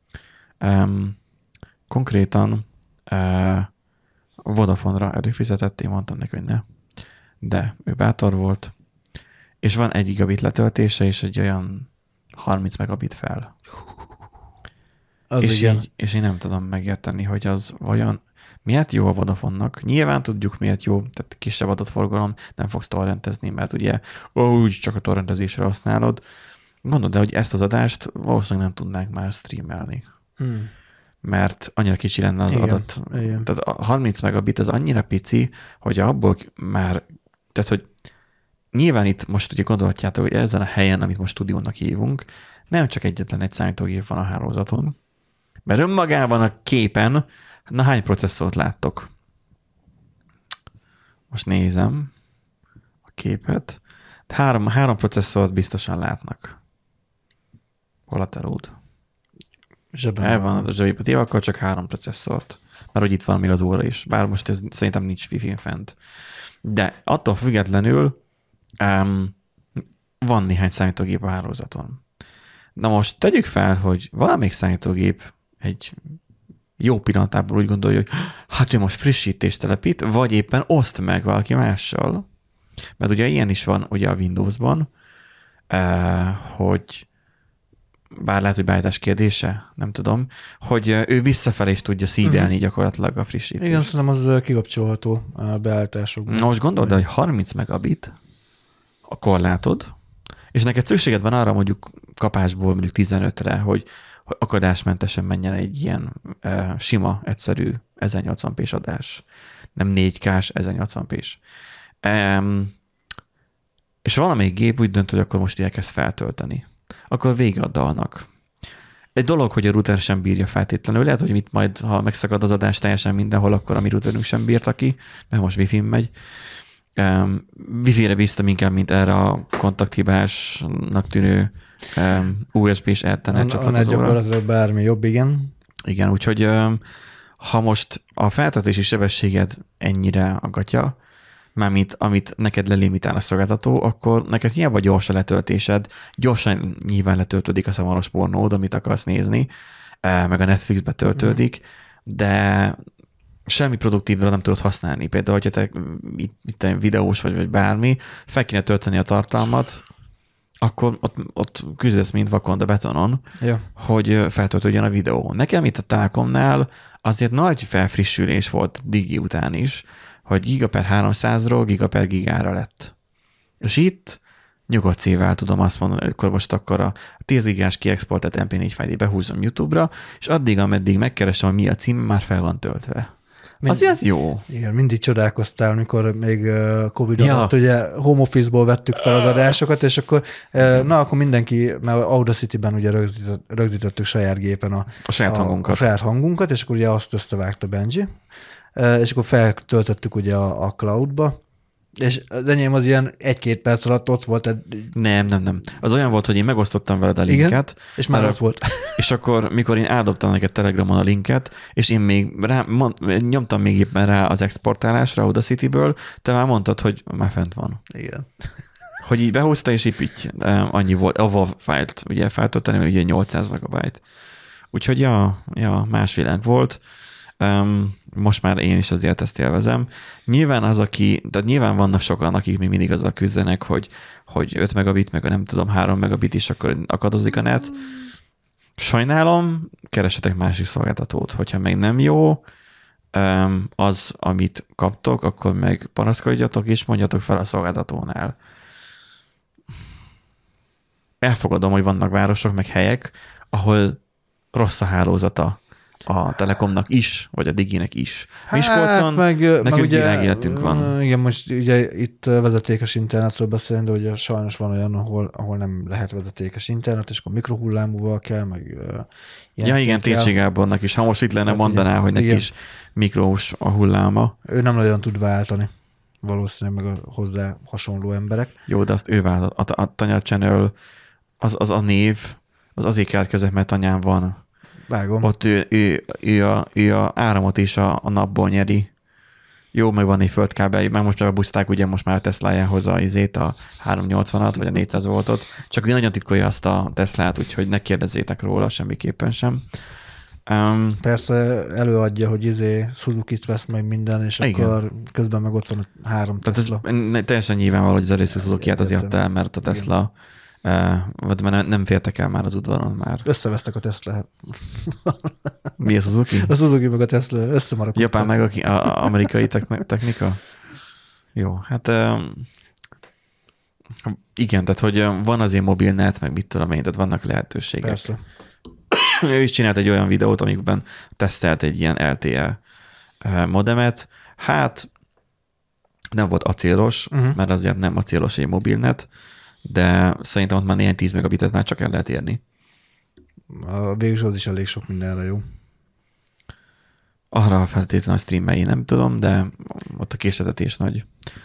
Konkrétan Vodafone-ra előfizetett, én mondtam neki, hogy ne. De ő bátor volt, és van 1 gigabit letöltése, és egy olyan 30 megabit fel. Az és, igen. és én nem tudom megérteni, hogy az vajon miért jó a Vodafone-nak. Nyilván tudjuk, miért jó, tehát kisebb adatforgalom, nem fogsz torrentezni, mert ugye úgy csak a torrentezésre használod. Gondolod, de hogy ezt az adást valószínűleg nem tudnánk már streamelni. Mert annyira kicsi lenne az adat. Igen. Tehát a 30 megabit az annyira pici, hogy abból már, tehát hogy nyilván itt most ugye gondolhatjátok, hogy ezen a helyen, amit most stúdiónak hívunk, nem csak egyetlen egy számítógép van a hálózaton, mert önmagában a képen, na hány processzort láttok? Most nézem a képet. Három processzort biztosan látnak. Hol a telód? Zsebben El van a zsebépetéve, akkor csak 3 processzort. Mert hogy itt van még az óra is. Bár most ez szerintem nincs wifi fent. De attól függetlenül van néhány számítógép a hálózaton. Na most tegyük fel, hogy valamelyik számítógép egy jó pillanatában úgy gondolja, hogy hát ő most frissítést telepít, vagy éppen oszt meg valaki mással. Mert ugye ilyen is van ugye a Windowsban, hogy bár lehet, hogy beállítás kérdése, nem tudom, hogy ő visszafelé is tudja szídelni gyakorlatilag a frissítést. Igen, szerintem az kikapcsolható a beállításokban. Na most gondold, hogy 30 megabit a korlátod, és neked szükséged van arra mondjuk kapásból mondjuk 15-re, hogy akadásmentesen menjen egy ilyen sima, egyszerű 1080p-s adás. Nem 4K-s, 1080p-s. És valamelyik gép úgy dönt, hogy akkor most elkezd feltölteni. Akkor vége a dalnak. Egy dolog, hogy a router sem bírja feltétlenül. Lehet, hogy itt majd, ha megszakad az adás teljesen mindenhol, akkor a mi routerünk sem bírta ki, mert most Wi-Fi-n megy. Wi-Fi-re bíztam inkább, mint erre a kontakthibásnak tűnő USB-s Ethernet csatlakozóra. Gyakorlatilag bármi jobb, igen. Igen, úgyhogy ha most a feltöltési sebességed ennyire aggatja, mármint amit neked lelimitál a szolgáltató, akkor neked hiába gyors a letöltésed, gyorsan nyilván letöltődik a szamaros pornód, amit akarsz nézni, meg a Netflixbe töltődik, de semmi produktívra nem tudod használni. Például, hogyha te itt videós vagy bármi, fel kéne tölteni a tartalmat, akkor ott küzdesz, mint vakond a betonon, hogy feltöltődjön a videó. Nekem itt a Telekomnál azért nagy felfrissülés volt digi után is, hogy giga per 300-ról giga per gigára lett. És itt nyugodt szívvel tudom azt mondani, hogy akkor a 10 gigás kiexportált MP4 fájlét behúzom YouTube-ra, és addig, ameddig megkeresem, hogy mi a cím, már fel van töltve. Azért ez jó. Igen, mindig csodálkoztál, mikor még Covid alatt ugye home office-ból vettük fel az adásokat, és akkor akkor mindenki, mert Audacity-ben ugye rögzítettük saját gépen a saját hangunkat, és akkor ugye azt összevágta Benji, és akkor feltöltöttük ugye a cloudba, és az enyém az ilyen 1-2 perc alatt ott volt. Nem. Az olyan volt, hogy én megosztottam veled a linket. Igen, és már ott volt. És akkor, mikor én átdobtam neked Telegramon a linket, és én még nyomtam még éppen rá az exportálásra Audacity-ből, te már mondtad, hogy már fent van. Igen. Hogy így behúzta, és így pitty. Annyi volt, a WAV fájlt ugye feltölteni, ugye 800 megabyte. Úgyhogy ja, más világ volt. most már én is azért ezt élvezem. Nyilván tehát nyilván vannak sokan, akik még mindig azzal küzdenek, hogy 5 megabit, meg a nem tudom, 3 megabit is, akkor akadozik a net. Sajnálom, keresetek másik szolgáltatót. Hogyha meg nem jó az, amit kaptok, akkor meg panaszkodjatok és mondjatok fel a szolgáltatónál. Elfogadom, hogy vannak városok, meg helyek, ahol rossz a hálózata a Telekomnak is, vagy a Diginek is. Miskolcon nekünk világéletünk van. Igen, most ugye itt vezetékes internetről beszélünk, de ugye sajnos van olyan, ahol nem lehet vezetékes internet, és akkor mikrohullámúval kell, meg ja igen, Técsi Gábornak is. Ha most itt lenne, mondaná, hogy neki is mikrós a hulláma. Ő nem nagyon tud váltani. Valószínűleg meg a hozzá hasonló emberek. Jó, de azt ő vállal. A Tanya Channel, az a név, az azért keletkezett, mert anyám van. Vágom. Ott ő a áramot is a napból nyeri. Jó, meg van egy földkábel, meg most bebuszták ugye most már a Teslájához a 380-at, vagy a 400 voltot. Csak ő nagyon titkolja azt a Teslát, úgyhogy ne kérdezzétek róla semmiképpen sem. Persze előadja, hogy Suzuki-t vesz meg minden, és igen. Akkor közben meg ott van 3 Tesla. Tehát ez teljesen nyilvánvaló, hogy az először Suzuki-t azért adta el, mert a Tesla vagy nem fértek el már az udvaron már. Összevesztek a Tesla. Mi a Suzuki? A Suzuki meg a Tesla összemaradtak. Japán meg a amerikai technika? Jó, hát igen, tehát hogy van azért mobilnet, meg mit tudom én, tehát vannak lehetőségek. Persze. Ő is csinált egy olyan videót, amikben tesztelt egy ilyen LTE modemet. Hát nem volt acélos, mert azért nem acélos egy mobilnet, de szerintem ott már néhány 10 megabitet már csak el lehet érni. Végül az is elég sok mindenre jó. Arra feltétlenül a streamei nem tudom, de ott a késletetés nagy.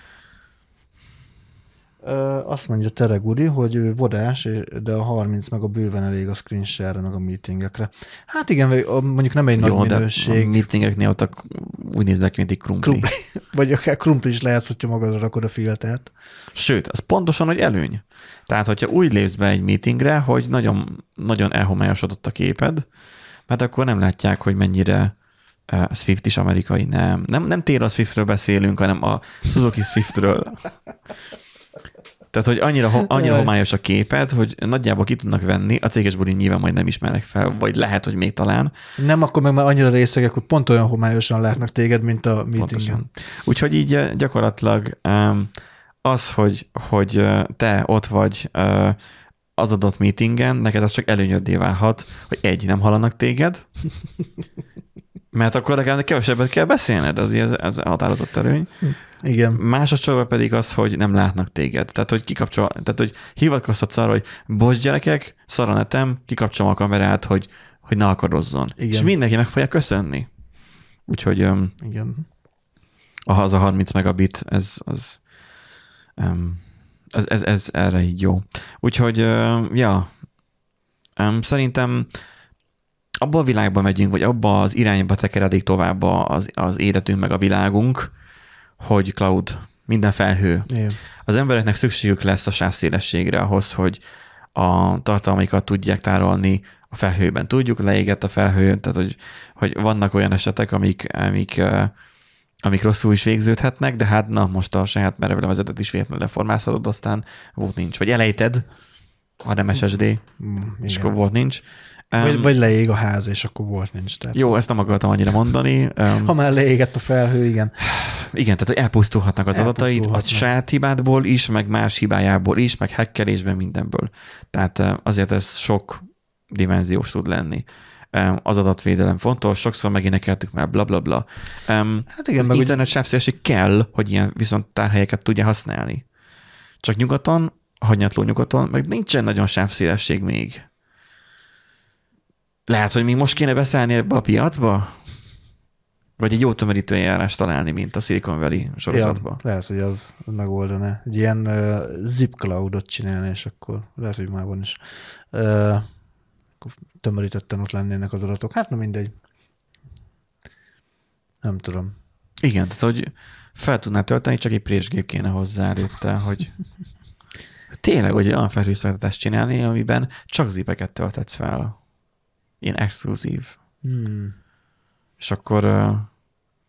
Azt mondja Teregudi, hogy ő vodás, de a 30 meg a bőven elég a screen share-re, meg a meetingekre. Hát igen, mondjuk nem egy jó, nagy minőség. A meetingeknél ott úgy néznek ki, mint egy krumpli. Vagy akár krumpli is lehet, hogyha magadra rakod a filtert. Sőt, az pontosan, hogy előny. Tehát, hogyha úgy lépsz be egy meetingre, hogy nagyon, nagyon elhomályosodott a képed, mert akkor nem látják, hogy mennyire Swift is amerikai. Nem Taylor Swiftről beszélünk, hanem a Suzuki Swiftről. Tehát, hogy annyira homályos a képed, hogy nagyjából ki tudnak venni, a céges bulin nyilván majd nem ismernek fel, vagy lehet, hogy még talán. Nem, akkor meg már annyira részegek, hogy pont olyan homályosan látnak téged, mint a meetingen. Úgyhogy így gyakorlatilag az, hogy te ott vagy az adott meetingen, neked az csak előnyöddé válhat, hogy nem hallanak téged, mert akkor legalább kevesebbet kell beszélned, ez határozott előny. Igen. Másodszorban pedig az, hogy nem látnak téged. Tehát, hogy tehát, hogy hivatkoztatsz arra, hogy bocs gyerekek, szar a netem, kikapcsolom a kamerát, hogy ne akadozzon. Igen. És mindenki meg fogja köszönni. Úgyhogy igen. Az a 30 megabit, ez erre így jó. Úgyhogy, szerintem abban a világban megyünk, vagy abba az irányba tekeredik tovább az életünk, meg a világunk, hogy cloud, minden felhő. Igen. Az embereknek szükségük lesz a sávszélességre ahhoz, hogy a tartalmaikat tudják tárolni a felhőben. Tudjuk, leégett a felhő, tehát hogy vannak olyan esetek, amik rosszul is végződhetnek, de hát most a saját merevlevezetet is véletlenül leformázhatod, aztán volt nincs. Vagy elejted, ha nem SSD, és akkor volt nincs. Vagy leég a ház, és akkor volt nincs. Tehát. Jó, ezt nem akartam annyira mondani. Ha már leégett a felhő, igen. Igen, tehát hogy elpusztulhatnak az adatait, a saját hibádból is, meg más hibájából is, meg hackerésben, mindenből. Tehát azért ez sok dimenziós tud lenni. Az adatvédelem fontos, sokszor megénekeltük már blablabla. Hát igen, az internet sávszélesség kell, hogy ilyen viszont tárhelyeket tudja használni. Csak nyugaton, hanyatló nyugaton, meg nincsen nagyon sávszélesség még. Lehet, hogy még most kéne beszállni ebbe a piacba? Vagy egy jó tömörítő eljárást találni, mint a Silicon Valley sorozatban? Ja, lehet, hogy az megoldaná. Egy ilyen zip cloudot csinálni, és akkor lehet, hogy már van is. Akkor tömörítetten ott lennének az adatok. Hát na mindegy. Nem tudom. Igen, tehát hogy fel tudná tölteni, csak egy présgép kéne hozzá előtte, hogy tényleg, hogy olyan felhőszolgáltatást csinálni, amiben csak zipeket töltetsz fel. Ilyen exkluzív. És akkor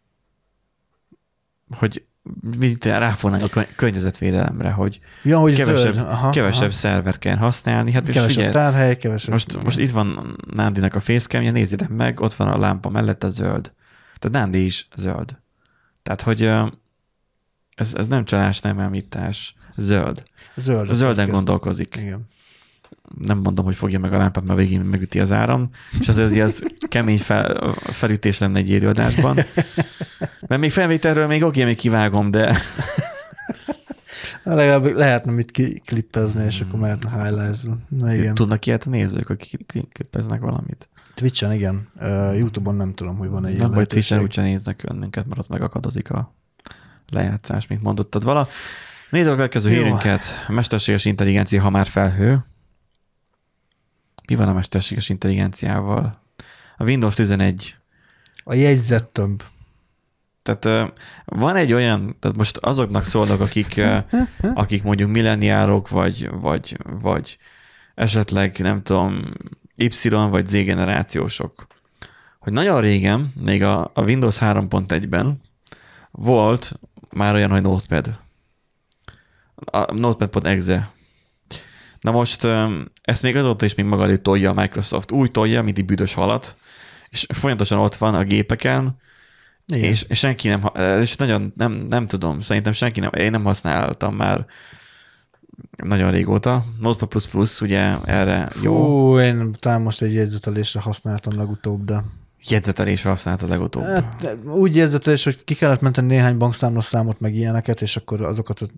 ráfognánk a környezetvédelemre, hogy Ja, hogy kevesebb szervert kell használni. Hát kevesebb tárhely, kevesebb. Most itt van Nándinak a facecamje, nézzétek meg, ott van a lámpa mellett a zöld. Tehát Nándi is zöld. Tehát, hogy ez nem csalás, nem említás. Zöld. Zölden gondolkozik. Igen. Nem mondom, hogy fogja meg a lámpát, mert végén megüti az áram, és azért ez kemény felütés lenne egy élőadásban. Mert még felvételről még még kivágom, de... Legalább lehetne mit klippezni, és akkor mehetne highlights-ba. Na igen. Tudnak ilyet a nézők, akik klippeznek valamit? Twitch-en igen. YouTube-on nem tudom, hogy van-e ilyen nem, vagy Twitch-en úgyse néznek önninket, mert ott megakadozik a lejátszás, mint mondottad vala. Nézzük a következő hírünket. Mesterséges intelligencia, ha már felhő. Mi van a mesterséges intelligenciával? A Windows 11. A jegyzettömb. Tehát van egy olyan, tehát most azoknak szólnak, akik mondjuk milleniárok, vagy esetleg nem tudom, Y vagy Z generációsok, hogy nagyon régen, még a Windows 3.1-ben volt már olyan, hogy Notepad. A Notepad.exe. Na most ezt még azóta is még maga elé tolja a Microsoft. Úgy tolja, mint egy büdös halat, és folyamatosan ott van a gépeken, és senki nem, és nagyon nem tudom, szerintem senki nem, én nem használtam már nagyon régóta. Notepad++, ugye erre jó. Én talán most egy jegyzetelésre használtam legutóbb, de... Jegyzetelésre használtad legutóbb? Hát, úgy jegyzetelés, hogy ki kellett menteni néhány bankszámlaszámot, meg ilyeneket, és akkor azokat...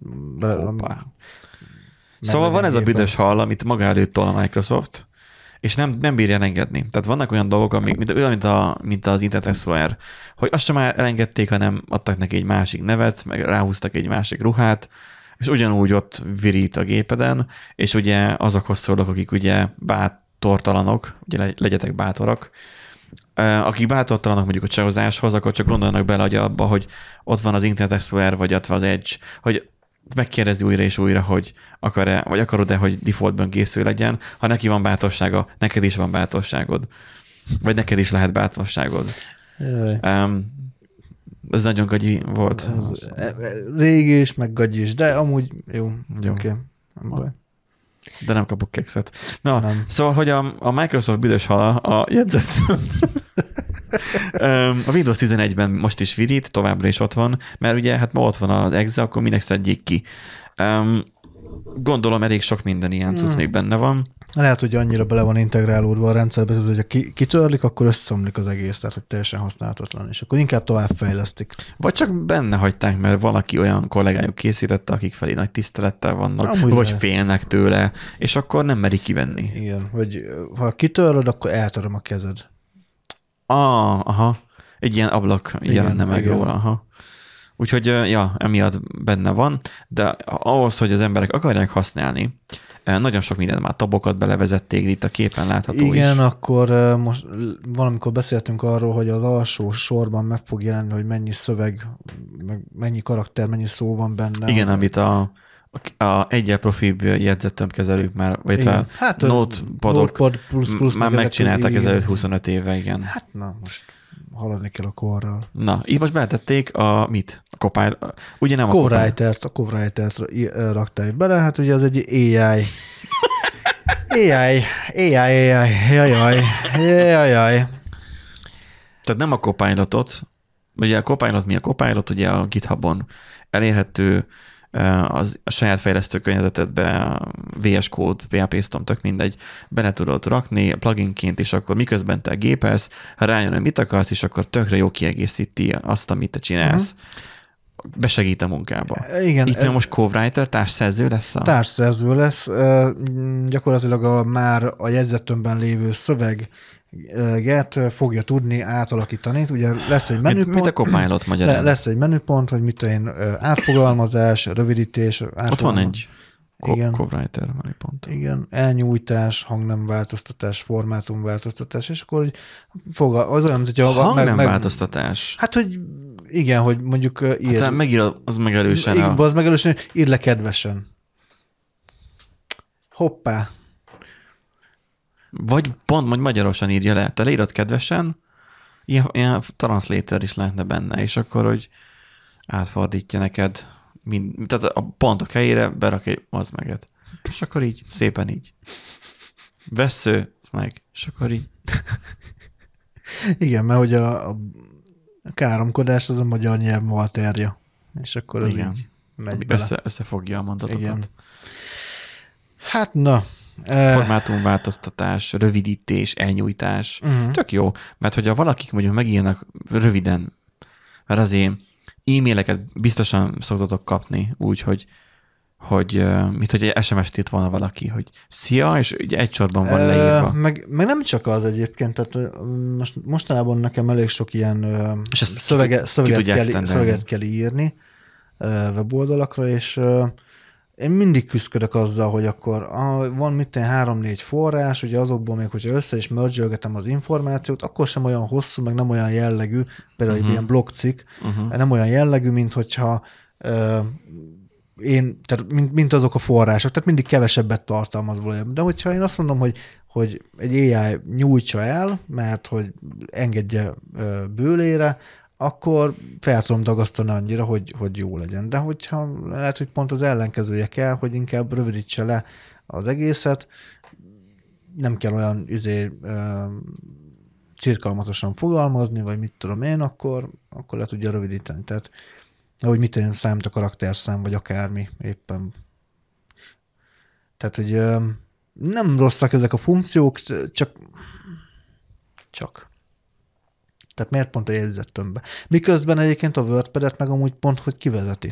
Szóval van ez a büdös hal, amit maga előtt tol a Microsoft, és nem bírja elengedni. Tehát vannak olyan dolgok, amik, mint az Internet Explorer, hogy azt sem már elengedték, hanem adtak neki egy másik nevet, meg ráhúztak egy másik ruhát, és ugyanúgy ott virít a gépeden, és ugye azokhoz szólok, akik ugye bátortalanok, ugye legyetek bátorak, akik bátortalanok mondjuk a csehozáshoz, akkor csak gondolnak bele abba, hogy ott van az Internet Explorer, vagy ott van az Edge, hogy megkérdezi újra és újra, hogy akar-e, vagy akarod-e, hogy defaultban készül legyen, ha neki van bátorsága, neked is van bátorságod. Vagy neked is lehet bátorságod. Ez nagyon gagyi volt. Régi is, meg gagyi is, de amúgy jó. Okay. Nem baj. De nem kapok kekszet. Na, nem. Szóval, hogy a Microsoft büdös hala a jegyzet... A Windows 11-ben most is virít, továbbra is ott van, mert ugye hát ma ott van az exe, akkor minek szedjék ki. Gondolom elég sok minden ilyen cucc még benne van. Lehet, hogy annyira bele van integrálódva a rendszerbe, hogy ha kitörlik, akkor összeomlik az egész, tehát hogy teljesen használhatatlan, és akkor inkább továbbfejlesztik. Vagy csak benne hagyták, mert valaki olyan kollégájuk készítette, akik felé nagy tisztelettel vannak, amúgy vagy félnek tőle, és akkor nem merik kivenni. Igen, vagy ha kitöröd, akkor eltöröm a kezed. Aha. Egy ilyen ablak jelenne meg róla. Aha. Úgyhogy, ja, emiatt benne van, de ahhoz, hogy az emberek akarják használni, nagyon sok mindent már tabokat belevezették, itt a képen látható is. Igen, akkor most valamikor beszéltünk arról, hogy az alsó sorban meg fog jelenni, hogy mennyi szöveg, meg mennyi karakter, mennyi szó van benne. Igen, amit a egyel profibb jegyzettömbkezelők már, vagy hát Notepad++ már megcsinálták ezelőtt 25 éve, igen. Hát na, most haladni kell a korral. Na, így most beletették mit? A Copilot? Ugye nem a Co-writer-t rakták bele, hát ugye az egy AI. Jajjaj. Tehát nem a Copilotot, ugye a Copilot mi a Copilot, ugye a GitHubon elérhető, a saját fejlesztő környezetedbe VS Code, PHP Storm, tök mindegy, bele tudod rakni pluginként, és akkor miközben te gépelsz, ha rájön, hogy mit akarsz, és akkor tökre jó kiegészíti azt, amit te csinálsz. Besegít a munkába. Igen. Itt most co-writer, társszerző lesz? Társszerző lesz. Gyakorlatilag már a jegyzettömbben lévő szöveget fogja tudni átalakítani. Ugye lesz egy menüpont. Mit a Copilot magyarán? Lesz egy menüpont, hogy mit én átfogalmazás, rövidítés. Ott van egy co-writer menüpont. Igen, elnyújtás, hangnemváltoztatás, formátumváltoztatás, és akkor az olyan, hogy hangnemváltoztatás? Hát, hogy igen, hogy mondjuk ír. Hát megír az megelősen. Igen, az megelősen, ír le kedvesen. Hoppá. Vagy pont, hogy magyarosan írja le. Te leírod kedvesen, ilyen translator is lehetne benne, és akkor, hogy átfordítja neked, tehát a pontok helyére berak egy az meget. És akkor így, szépen így. Vessző, meg, és akkor így. Igen, mert hogy a káromkodás az a magyar nyelv malterja. És akkor az Igen. így megy bele. Összefogja a mondatokat. Igen. Hát na. Formátumváltoztatás, rövidítés, elnyújtás. Tök jó, mert hogyha valakik mondjuk megírnak röviden, mert azért e-maileket biztosan szoktatok kapni úgy, hogy mit, hogy egy SMS-t írt volna valaki, hogy szia, és ugye egy sorban van leírva. Meg nem csak az egyébként, tehát mostanában nekem elég sok ilyen És ezt szöveget kell írni weboldalakra, és én mindig küzdök azzal, hogy akkor van mit 3-4 forrás, ugye azokból még, hogyha össze is mergelgetem az információt, akkor sem olyan hosszú, meg nem olyan jellegű, például egy ilyen blogcikk, nem olyan jellegű, mint hogyha tehát mint azok a források, tehát mindig kevesebbet tartalmaz valójában. De hogyha én azt mondom, hogy egy AI nyújtsa el, mert hogy engedje bőlére, akkor fel tudom dagasztani annyira, hogy jó legyen. De hogyha lehet, hogy pont az ellenkezője kell, hogy inkább rövidítse le az egészet, nem kell olyan cirkalmatosan fogalmazni, vagy mit tudom én, akkor le tudja rövidíteni. Tehát ahogy mit tudom, számít a karakterszám, vagy akármi éppen. Tehát, hogy nem rosszak ezek a funkciók, csak. Tehát miért pont a jegyzettömbbe? Miközben egyébként a WordPad-et meg amúgy pont, hogy kivezeti.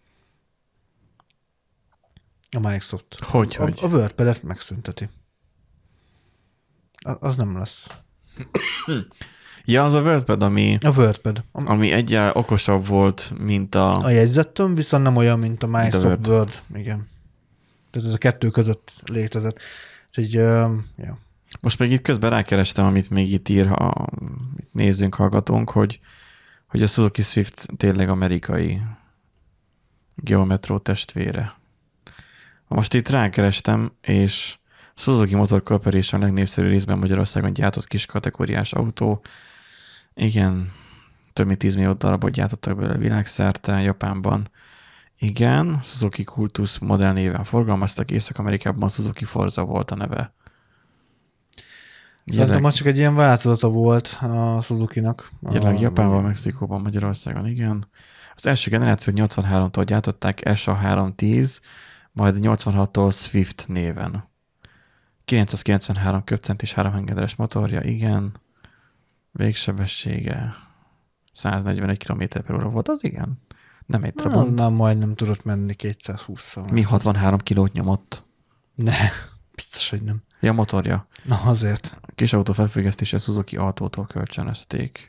A Microsoft. Hogy? A WordPad-et megszünteti. Az nem lesz. Ja, az a WordPad, ami egyáltalán okosabb volt, mint a jegyzettömb, viszont nem olyan, mint a Microsoft Word. Igen. Tehát ez a kettő között létezett. Úgyhogy, ja. Most még itt közben rákerestem, amit még itt ír, ha nézzünk, hallgatunk, hogy a Suzuki Swift tényleg amerikai Geometro testvére. Most itt rákerestem, és Suzuki Motor Corporation a legnépszerűbb részben Magyarországon gyártott kis kategóriás autó. Igen, több mint 10 millió darabot gyártottak belőle világszerte, Japánban. Igen, Suzuki Cultus modell néven forgalmaztak, Észak-Amerikában Suzuki Forza volt a neve. Szerintem az csak egy ilyen változata volt a Suzuki-nak. Jelenleg Japánban, Mexikóban, Magyarországon, igen. Az első generációt 83-tól gyártották SA310, majd 86-tól Swift néven. 993 köbcent és 3 hengeres motorja, igen. Végsebessége 141 km/h volt, az igen. Nem egy Trabant. Nem, majdnem tudott menni 220-szal. Mi 63 kilót nyomott? Ne, biztos, hogy nem. Ja, motorja. Na, azért. A kis autó felfüggesztése Suzuki Autótól kölcsönözték.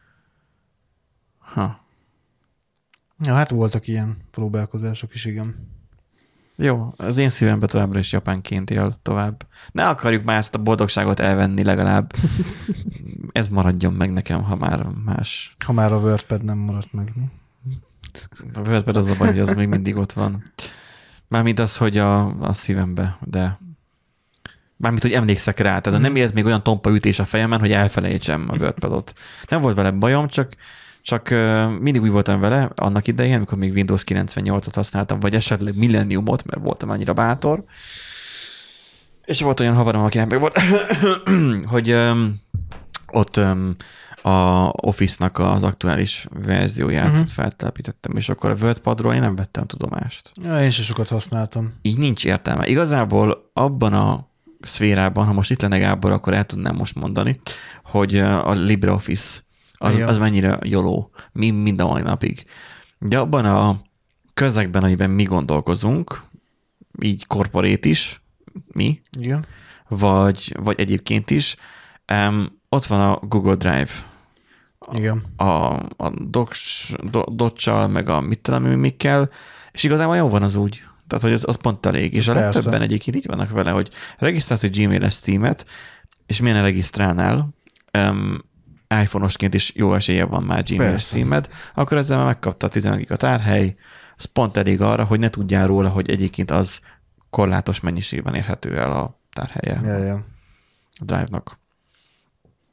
Ja, hát voltak ilyen próbálkozások is, igen. Jó, az én szívemben továbbra is japánként él tovább. Ne akarjuk már ezt a boldogságot elvenni legalább. Ez maradjon meg nekem, ha már más. Ha már a WordPad nem maradt meg, mi? A WordPad az a baj, hogy az még mindig ott van. Mármint az, hogy a szívembe, de mármint, hogy emlékszek rá. Tehát nem élt még olyan tompa ütés a fejemen, hogy elfelejtsem a WordPadot. Nem volt vele bajom, csak mindig úgy voltam vele annak idején, amikor még Windows 98-ot használtam, vagy esetleg Millenniumot, mert voltam annyira bátor. És volt olyan havarom, akinek meg volt, hogy ott a Office-nak az aktuális verzióját feltelepítettem, és akkor a WordPadról én nem vettem tudomást. Ja, én sem sokat használtam. Így nincs értelme. Igazából abban a szférában, ha most itt lenne Gábor, akkor el tudnám most mondani, hogy a LibreOffice az mennyire joló, mind a mai napig. De abban a közegben, amiben mi gondolkozunk, így corporate is, mi, igen. Vagy egyébként is, ott van a Google Drive. Igen. A Docs-sal, meg a mit tudom, mikkel, és igazából jó van az úgy. Tehát, hogy az pont elég. És a legtöbben egyébként így vannak vele, hogy regisztrálsz egy Gmail-es címet, és milyen regisztrálnál, iPhone-osként is jó esélye van már Gmail-es címed, akkor ezzel már megkapta a 15 giga tárhely, az pont elég arra, hogy ne tudjál róla, hogy egyébként az korlátos mennyiségben érhető el a tárhelye a Drive-nak.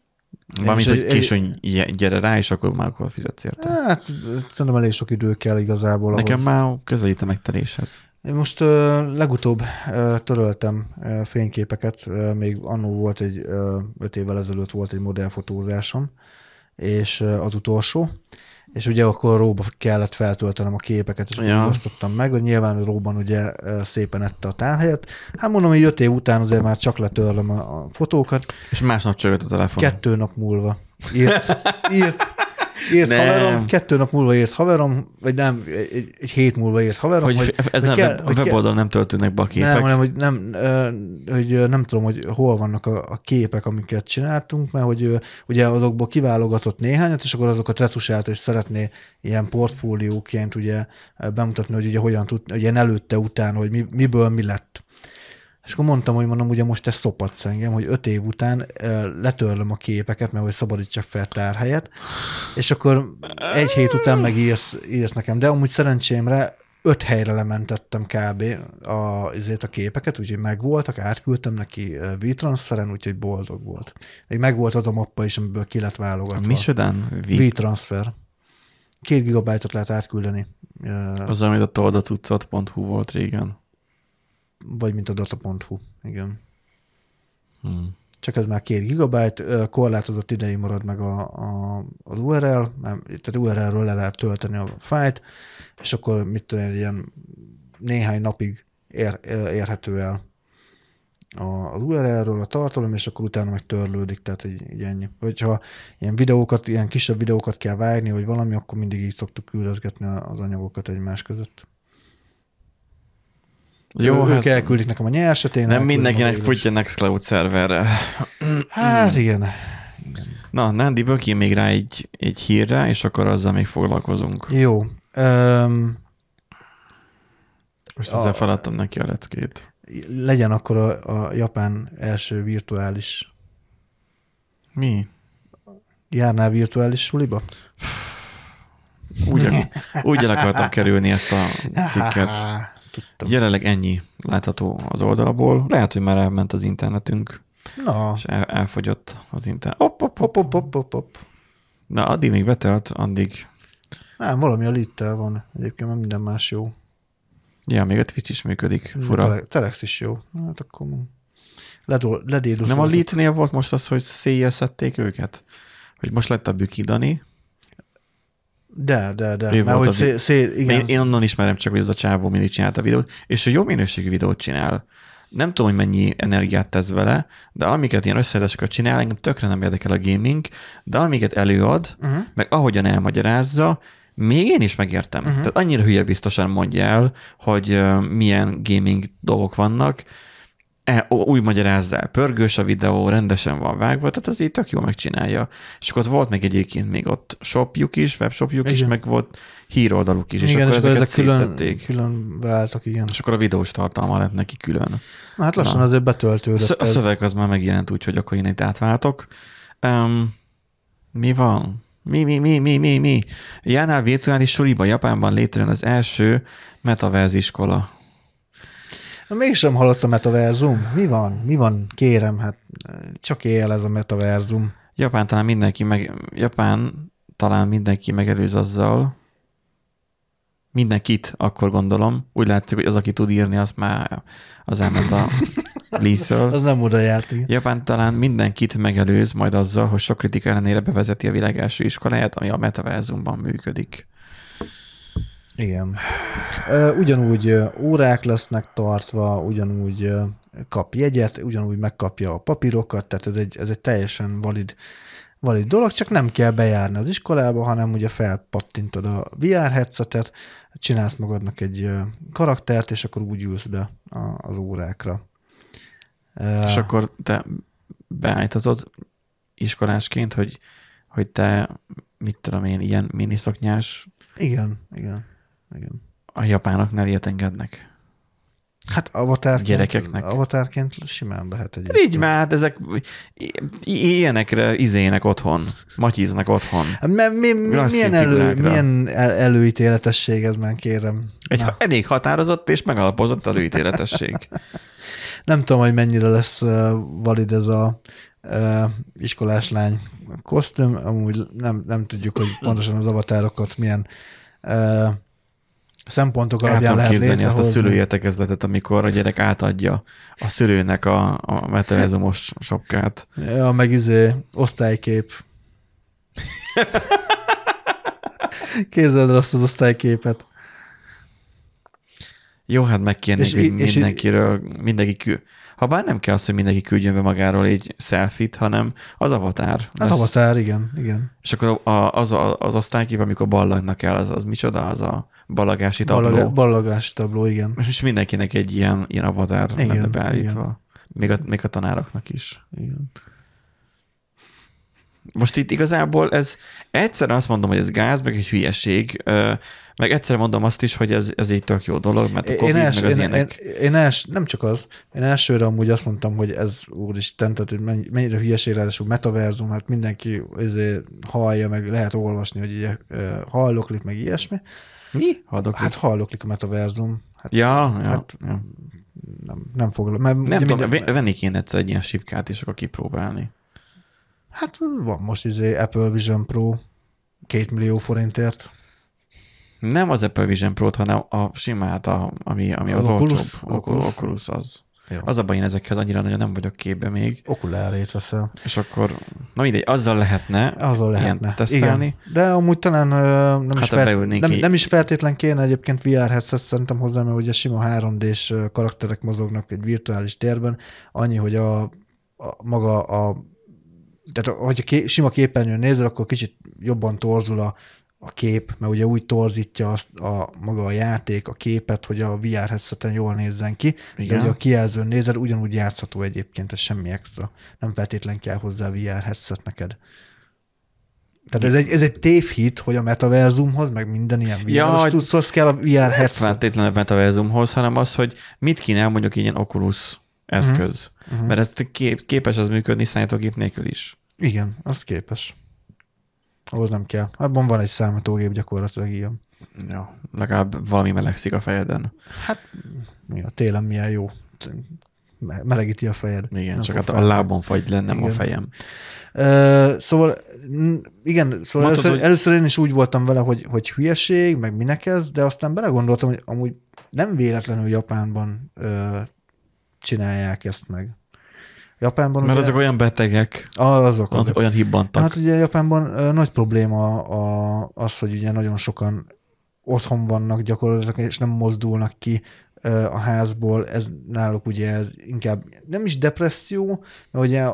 Valamint, hogy későn gyere rá, és akkor fizetsz érte. Hát szerintem elég sok idő kell igazából ahhoz. Nekem már közelít a megteléshez. Én most legutóbb töröltem fényképeket, még annó volt 5 évvel ezelőtt volt egy modellfotózásom, és az utolsó, és ugye akkor róba kellett feltöltenem a képeket, és akkor osztottam meg, hogy nyilván róban ugye szépen ette a tárhelyet. Hát mondom, hogy 5 év után azért már csak letörlöm a fotókat. És másnap csörgött a telefon. 2 nap múlva írt haverom, 2 nap múlva írt haverom, vagy nem, egy hét múlva írt haverom, hogy a weboldalon nem töltődnek be a képek. hogy nem tudom, hogy hol vannak a képek, amiket csináltunk, mert hogy ugye azokból kiválogatott néhányat, és akkor azokat retusálta, és szeretné ilyen portfólióként ugye bemutatni, hogy ugye hogyan tud, ilyen előtte, utána, hogy miből mi lett. És akkor mondtam, ugye most ez szopatsz engem, hogy 5 év után letörlöm a képeket, mert hogy szabadítsak fel tárhelyet, és akkor 1 hét után meg írsz nekem. De amúgy szerencsémre 5 helyre lementettem kb. A képeket, úgyhogy megvoltak, átküldtem neki V-transferen, úgyhogy boldog volt. Még megvolt az a mappa is, amiből ki lett válogatva. Micsodán? V-transfer. 2 gigabájtot lehet átküldeni. Az, amit a toldacuccot.hu volt régen. Vagy mint a data.hu, igen. Csak ez már 2 gigabyte, korlátozott ideig marad meg az URL, tehát URL-ről le lehet tölteni a fájlt, és akkor mit tudom, ilyen néhány napig érhető el az URL-ről a tartalom, és akkor utána meg törlődik, tehát így ennyi. Hogyha ilyen kisebb videókat kell vágni, vagy valami, akkor mindig így szoktuk küldözgetni az anyagokat egymás között. Jó, ők elküldik nekem a nyerset, én nem mindenkinek futja Nextcloud szerverre. Hát igen. Na, Nandiből ki még rá egy hírre, és akkor azzal még foglalkozunk. Jó. Most ezzel feladtam neki a leckét. Legyen akkor a Japán első virtuális. Mi? Járnál virtuális suliba? Úgy el akartam kerülni ezt a cikket. Tudtam. Jelenleg ennyi látható az oldalból. Lehet, hogy már elment az internetünk. Na. És elfogyott az internet. Hopp. Na, addig még betölt, addig. Nem, valami a littel van. Egyébként már minden más jó. Ja, még a Twitch is működik. Fura. Telex is jó. Hát akkor ledédus. Nem a litnél volt most az, hogy széjjel szedték őket? Hogy most lett a Bükidani. De. Ő volt igen. Én onnan ismerem csak, hogy ez a csávó mindig csinálta a videót, és ő jó minőségű videót csinál. Nem tudom, hogy mennyi energiát tesz vele, de amiket ilyen összeállításokat csinál, engem tökre nem érdekel a gaming, de amiket előad, meg ahogyan elmagyarázza, még én is megértem. Tehát annyira hülye biztosan mondja el, hogy milyen gaming dolgok vannak, úgy magyarázzál, pörgős a videó, rendesen van vágva, tehát az így tök jól megcsinálja. És akkor ott volt meg egyébként még ott shopjuk is, webshopjuk is, meg volt híroldaluk is, igen, és akkor ezeket szétszették. Külön váltak, igen. És akkor a videós tartalma lett neki külön. Na, hát lassan azért betöltődött. A szöveg az már megjelent úgy, hogy akkor én itt átváltok. Mi van? Mi? Járnál virtuális suliba Japánban létrejön az első metaverz iskola. Mégsem hallott a metaverzum. Mi van? Kérem, hát csak él ez a metaverzum. Japán talán mindenki megelőz azzal. Mindenkit, akkor gondolom. Úgy látszik, hogy az, aki tud írni, az már az elment a líszől. Az nem oda járt. Igen. Japán talán mindenkit megelőz majd azzal, hogy sok kritika ellenére bevezeti a világ első iskoláját, ami a metaverzumban működik. Igen. Ugyanúgy órák lesznek tartva, ugyanúgy kap jegyet, ugyanúgy megkapja a papírokat, tehát ez egy teljesen valid dolog, csak nem kell bejárni az iskolába, hanem ugye felpattintod a VR headsetet, csinálsz magadnak egy karaktert, és akkor úgy ülsz be az órákra. És akkor te beállítatod iskolásként, hogy te, mit tudom én, ilyen miniszoknyás. Igen. A japánoknál ilyet engednek. Hát avatárként simán lehet egy. Így már, ezek ilyenekre izének otthon, matyiznak otthon. Milyen előítéletesség ez már, kérem. Elég határozott és megalapozott előítéletesség. Nem tudom, hogy mennyire lesz valid ez a iskolás lány kosztüm, amúgy nem tudjuk, hogy pontosan az avatárokat milyen szempontok El alapján tudom lehet képzelni azt a létrehozni. szülőértekezletet, amikor a gyerek átadja a szülőnek a metaverzumos sapkát. Ja, meg osztálykép. Képzeld el azt az osztályképet. Jó, hát megkérnék, És- hogy és- mindenki ha bár nem kell az, hogy mindenki küldjön be magáról egy selfie-t, hanem az avatár. Az avatár, igen. És akkor az osztálykép, amikor ballagnak el, az micsoda? Az a ballagási tabló. Ballagási tabló, igen. És mindenkinek egy ilyen avatár Igen, lenne beállítva. Még a tanároknak is. Igen. Most itt igazából ez egyszerűen azt mondom, hogy ez gáz, meg egy hülyeség, meg egyszerűen mondom azt is, hogy ez egy tök jó dolog, mert a Covid, meg az ilyenek. Nem csak az, én elsőre amúgy azt mondtam, hogy ez úristen, tehát hogy mennyire hülyeség, ráadásul metaverzum, hát mindenki hallja, meg lehet olvasni, hogy így halloklik, meg ilyesmi. Mi? Hát halloklik a metaverzum. Hát, Ja. Nem foglal. Mert Nem ugye tudom, venni kéne egyszer egy ilyen sipkát, és akkor kipróbálni. Hát van most Apple Vision Pro 2 millió forintért. Nem az Apple Vision Pro-t, hanem a simát, ami az Oculus? olcsóbb. Oculus az. Jó. Az a baj, én ezekhez annyira nagyon nem vagyok képbe még. Okulárét veszel. És akkor, na mindegy, azzal lehetne ilyen tesztelni. Igen. De amúgy talán nem is feltétlen kéne egyébként VR headset szerintem hozzá, mert ugye sima 3D-s karakterek mozognak egy virtuális térben. Annyi, hogy tehát hogyha sima képernyőn nézel, akkor kicsit jobban torzul a kép, mert ugye úgy torzítja azt maga a játék, a képet, hogy a VR headseten jól nézzen ki, igen. De ugye a kijelzőn nézel, ugyanúgy játszható egyébként, ez semmi extra. Nem feltétlen kell hozzá VR headset neked. Tehát ez egy tévhit, hogy a metaverzumhoz, meg minden ilyen VR-os tudsz, kell a VR headset. Feltétlenül a metaverzumhoz, hanem az, hogy mit kínál mondjuk ilyen Oculus eszköz. Uh-huh. Mert ez képes az működni számítógép nélkül is. Igen, az képes. Ahhoz nem kell. Abban van egy számítógép gyakorlatilag ilyen. Ja, legalább valami melegszik a fejeden. Hát, télen milyen jó. Melegíti a fejed. Igen, nem csak hát a lábon fagy le, nem igen. A fejem. Szóval igen, szóval mondtad, először én is úgy voltam vele, hogy hülyeség, meg minek ez, de aztán belegondoltam, hogy amúgy nem véletlenül Japánban csinálják ezt meg. Japánban mert ugye, azok olyan betegek, azok. Olyan hibbantak. Hát ugye Japánban nagy probléma az, hogy ugye nagyon sokan otthon vannak gyakorlatilag, és nem mozdulnak ki a házból. Ez náluk ugye ez inkább nem is depresszió, mert ugye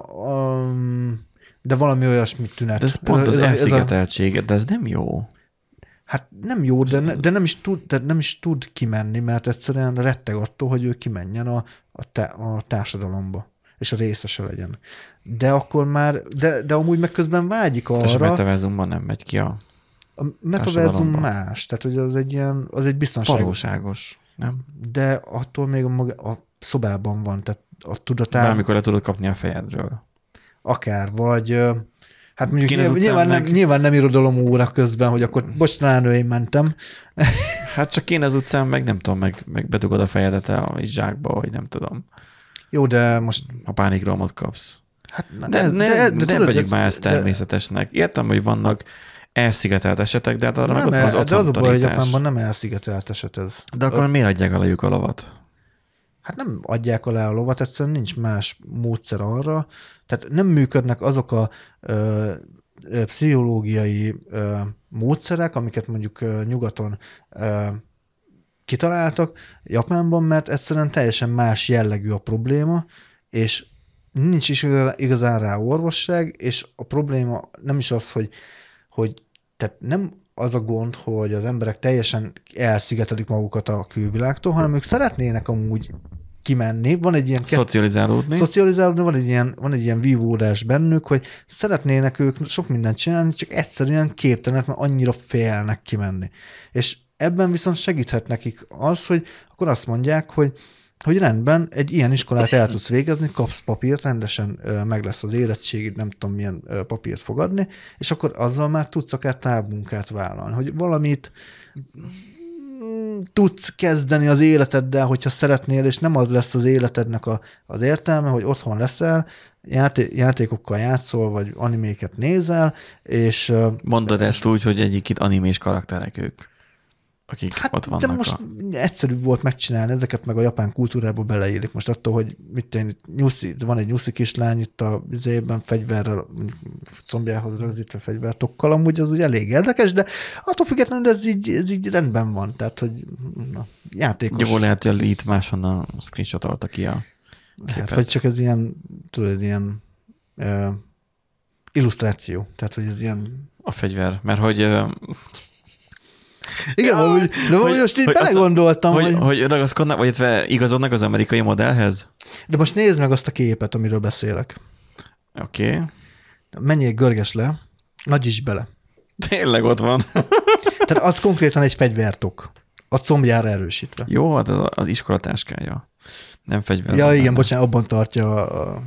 de valami olyasmit tünet. De ez pont az elszigeteltség, de ez nem jó. Hát nem jó, de nem is tud kimenni, mert egyszerűen retteg attól, hogy ő kimenjen a társadalomba, és a részese legyen. De akkor már, de amúgy meg közben vágyik arra... És a metaverzumban nem megy ki a metaverzum más, tehát hogy az egy biztonság. Valóságos, nem? De attól még a szobában van, tehát a tudatában... Bármikor le tudod kapni a fejedről. Akár, vagy... Hát mondjuk nyilván nem irodalom óra közben, hogy akkor bocsánat, én mentem. Hát csak én az utcán meg nem tudom, meg bedugod a fejedet a zsákba, vagy nem tudom. Jó, de most... Ha pánikromot kapsz. Hát, de vegyük már ezt természetesnek. Értem, hogy vannak elszigetelt esetek, de hát arra meg ott van az otthontanítás. De az a baj, hogy Japánban nem elszigetelt eset ez. De akkor miért adják alájuk a lovat? Hát nem adják alá a lovat, egyszerűen nincs más módszer arra. Tehát nem működnek azok a pszichológiai módszerek, amiket mondjuk nyugaton kitaláltak Japánban, mert egyszerűen teljesen más jellegű a probléma, és nincs is igazán rá orvosság, és a probléma nem is az, hogy tehát nem az a gond, hogy az emberek teljesen elszigetelik magukat a külvilágtól, hanem ők szeretnének amúgy kimenni, van egy ilyen... Szocializálódni, van egy ilyen vívódás bennük, hogy szeretnének ők sok mindent csinálni, csak egyszerűen képtelenek, mert annyira félnek kimenni. És ebben viszont segíthet nekik az, hogy akkor azt mondják, hogy rendben, egy ilyen iskolát el tudsz végezni, kapsz papírt, rendesen meg lesz az érettségid, nem tudom milyen papírt fogadni, és akkor azzal már tudsz akár távmunkát vállalni, hogy valamit tudsz kezdeni az életeddel, hogyha szeretnél, és nem az lesz az életednek az értelme, hogy otthon leszel, játékokkal játszol, vagy animéket nézel, és... Mondod ezt úgy, hogy egyik itt animés karakterek ők, akik ott vannak. De most egyszerűbb volt megcsinálni ezeket, meg a japán kultúrába beleélik. Most attól, hogy van egy nyuszi kislány itt a vizében fegyverrel, combjához rögzítve fegyvertokkal, amúgy az úgy elég érdekes, de attól függetlenül ez így rendben van. Tehát, hogy játékos. Jó, lehet, hogy itt máshonnan screenshotolta ki a képet. Hát, vagy csak ez ilyen, tudod, ez ilyen illusztráció. Tehát, hogy ez ilyen... A fegyver, mert hogy... Igen, de most így belegondoltam, hogy ragaszkodnak, vagy igazodnak az amerikai modellhez? De most nézd meg azt a képet, amiről beszélek. Oké. Okay. Menjél, görges le, nagyíts bele. Tényleg ott van. Tehát az konkrétan egy fegyvertok. A combjára erősítve. Jó, hát az iskolatáskája. Nem fegyver. Ja, igen, bocsánat, abban tartja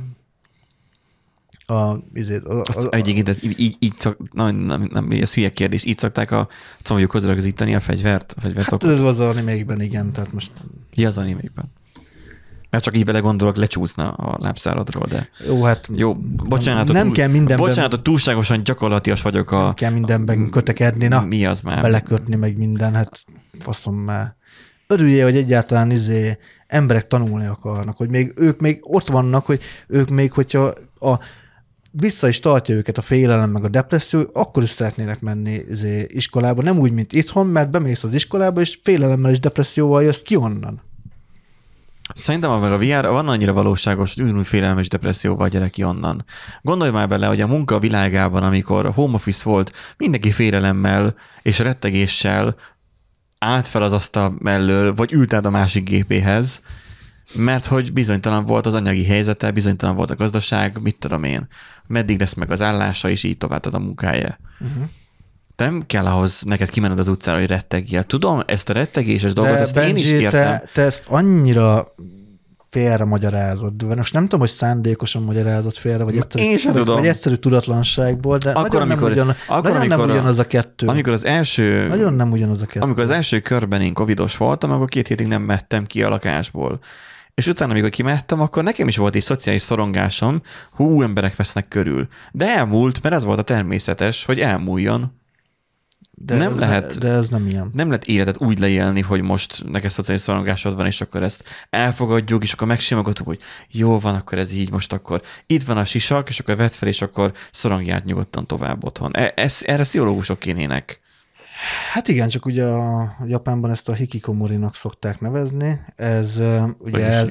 Egyébként nem, ez hülye kérdés. Így szokták a combjukhoz rögzíteni a fegyvert? Hát ez az animékben, igen. Tehát most... Ja, az animékben. Mert csak így belegondolok, lecsúszna a lábszáradról, de... Jó, hát... Jó, bocsánat, nem kell mindenben... Bocsánat, hogy túlságosan gyakorlatias vagyok a... Nem kell mindenben kötekedni, na. Mi az már? Belekötni meg minden, hát faszom már. Örüljél, hogy egyáltalán emberek tanulni akarnak, hogy ők még ott vannak, hogy ők még, hogyha vissza is tartja őket a félelem meg a depresszió, akkor is szeretnének menni iskolába. Nem úgy, mint itthon, mert bemész az iskolába, és félelemmel és depresszióval jössz ki onnan. Szerintem a VR van annyira valóságos, hogy ugyanúgy félelmes depresszióval gyere ki onnan. Gondolj már bele, hogy a munka világában, amikor home office volt, mindenki félelemmel és rettegéssel állt fel az asztal mellől, vagy ült át a másik gépéhez, mert hogy bizonytalan volt az anyagi helyzete, bizonytalan volt a gazdaság, mit tudom én, meddig lesz meg az állása, és így tovább a munkája. Uh-huh. De nem kell ahhoz neked kimenned az utcára, hogy rettegjél. Tudom, ezt a rettegéses dolgot, ezt Benji, én is értem. Te ezt annyira félre magyarázod. Most nem tudom, hogy szándékosan magyarázod félre, vagy egyszerű tudatlanságból, de nagyon nem ugyanaz a kettő. Amikor az első... Nagyon nem ugyanaz a kettő. Amikor az első körben én covidos voltam, akkor 2 hétig nem mehettem ki a lakásból. És utána, amikor kimehettem, akkor nekem is volt egy szociális szorongásom, emberek vesznek körül. De elmúlt, mert ez volt a természetes, hogy elmúljon. De ez nem ilyen. Nem lehet életet úgy leélni, hogy most neked szociális szorongásod van, és akkor ezt elfogadjuk, és akkor megsimogatunk, hogy jó van, akkor ez így, most akkor itt van a sisak, és akkor vedd fel, és akkor szorongjál nyugodtan tovább otthon. Erre pszichológusok kénének. Hát igen, csak ugye a Japánban ezt a hikikomorinak szokták nevezni. Ez ugye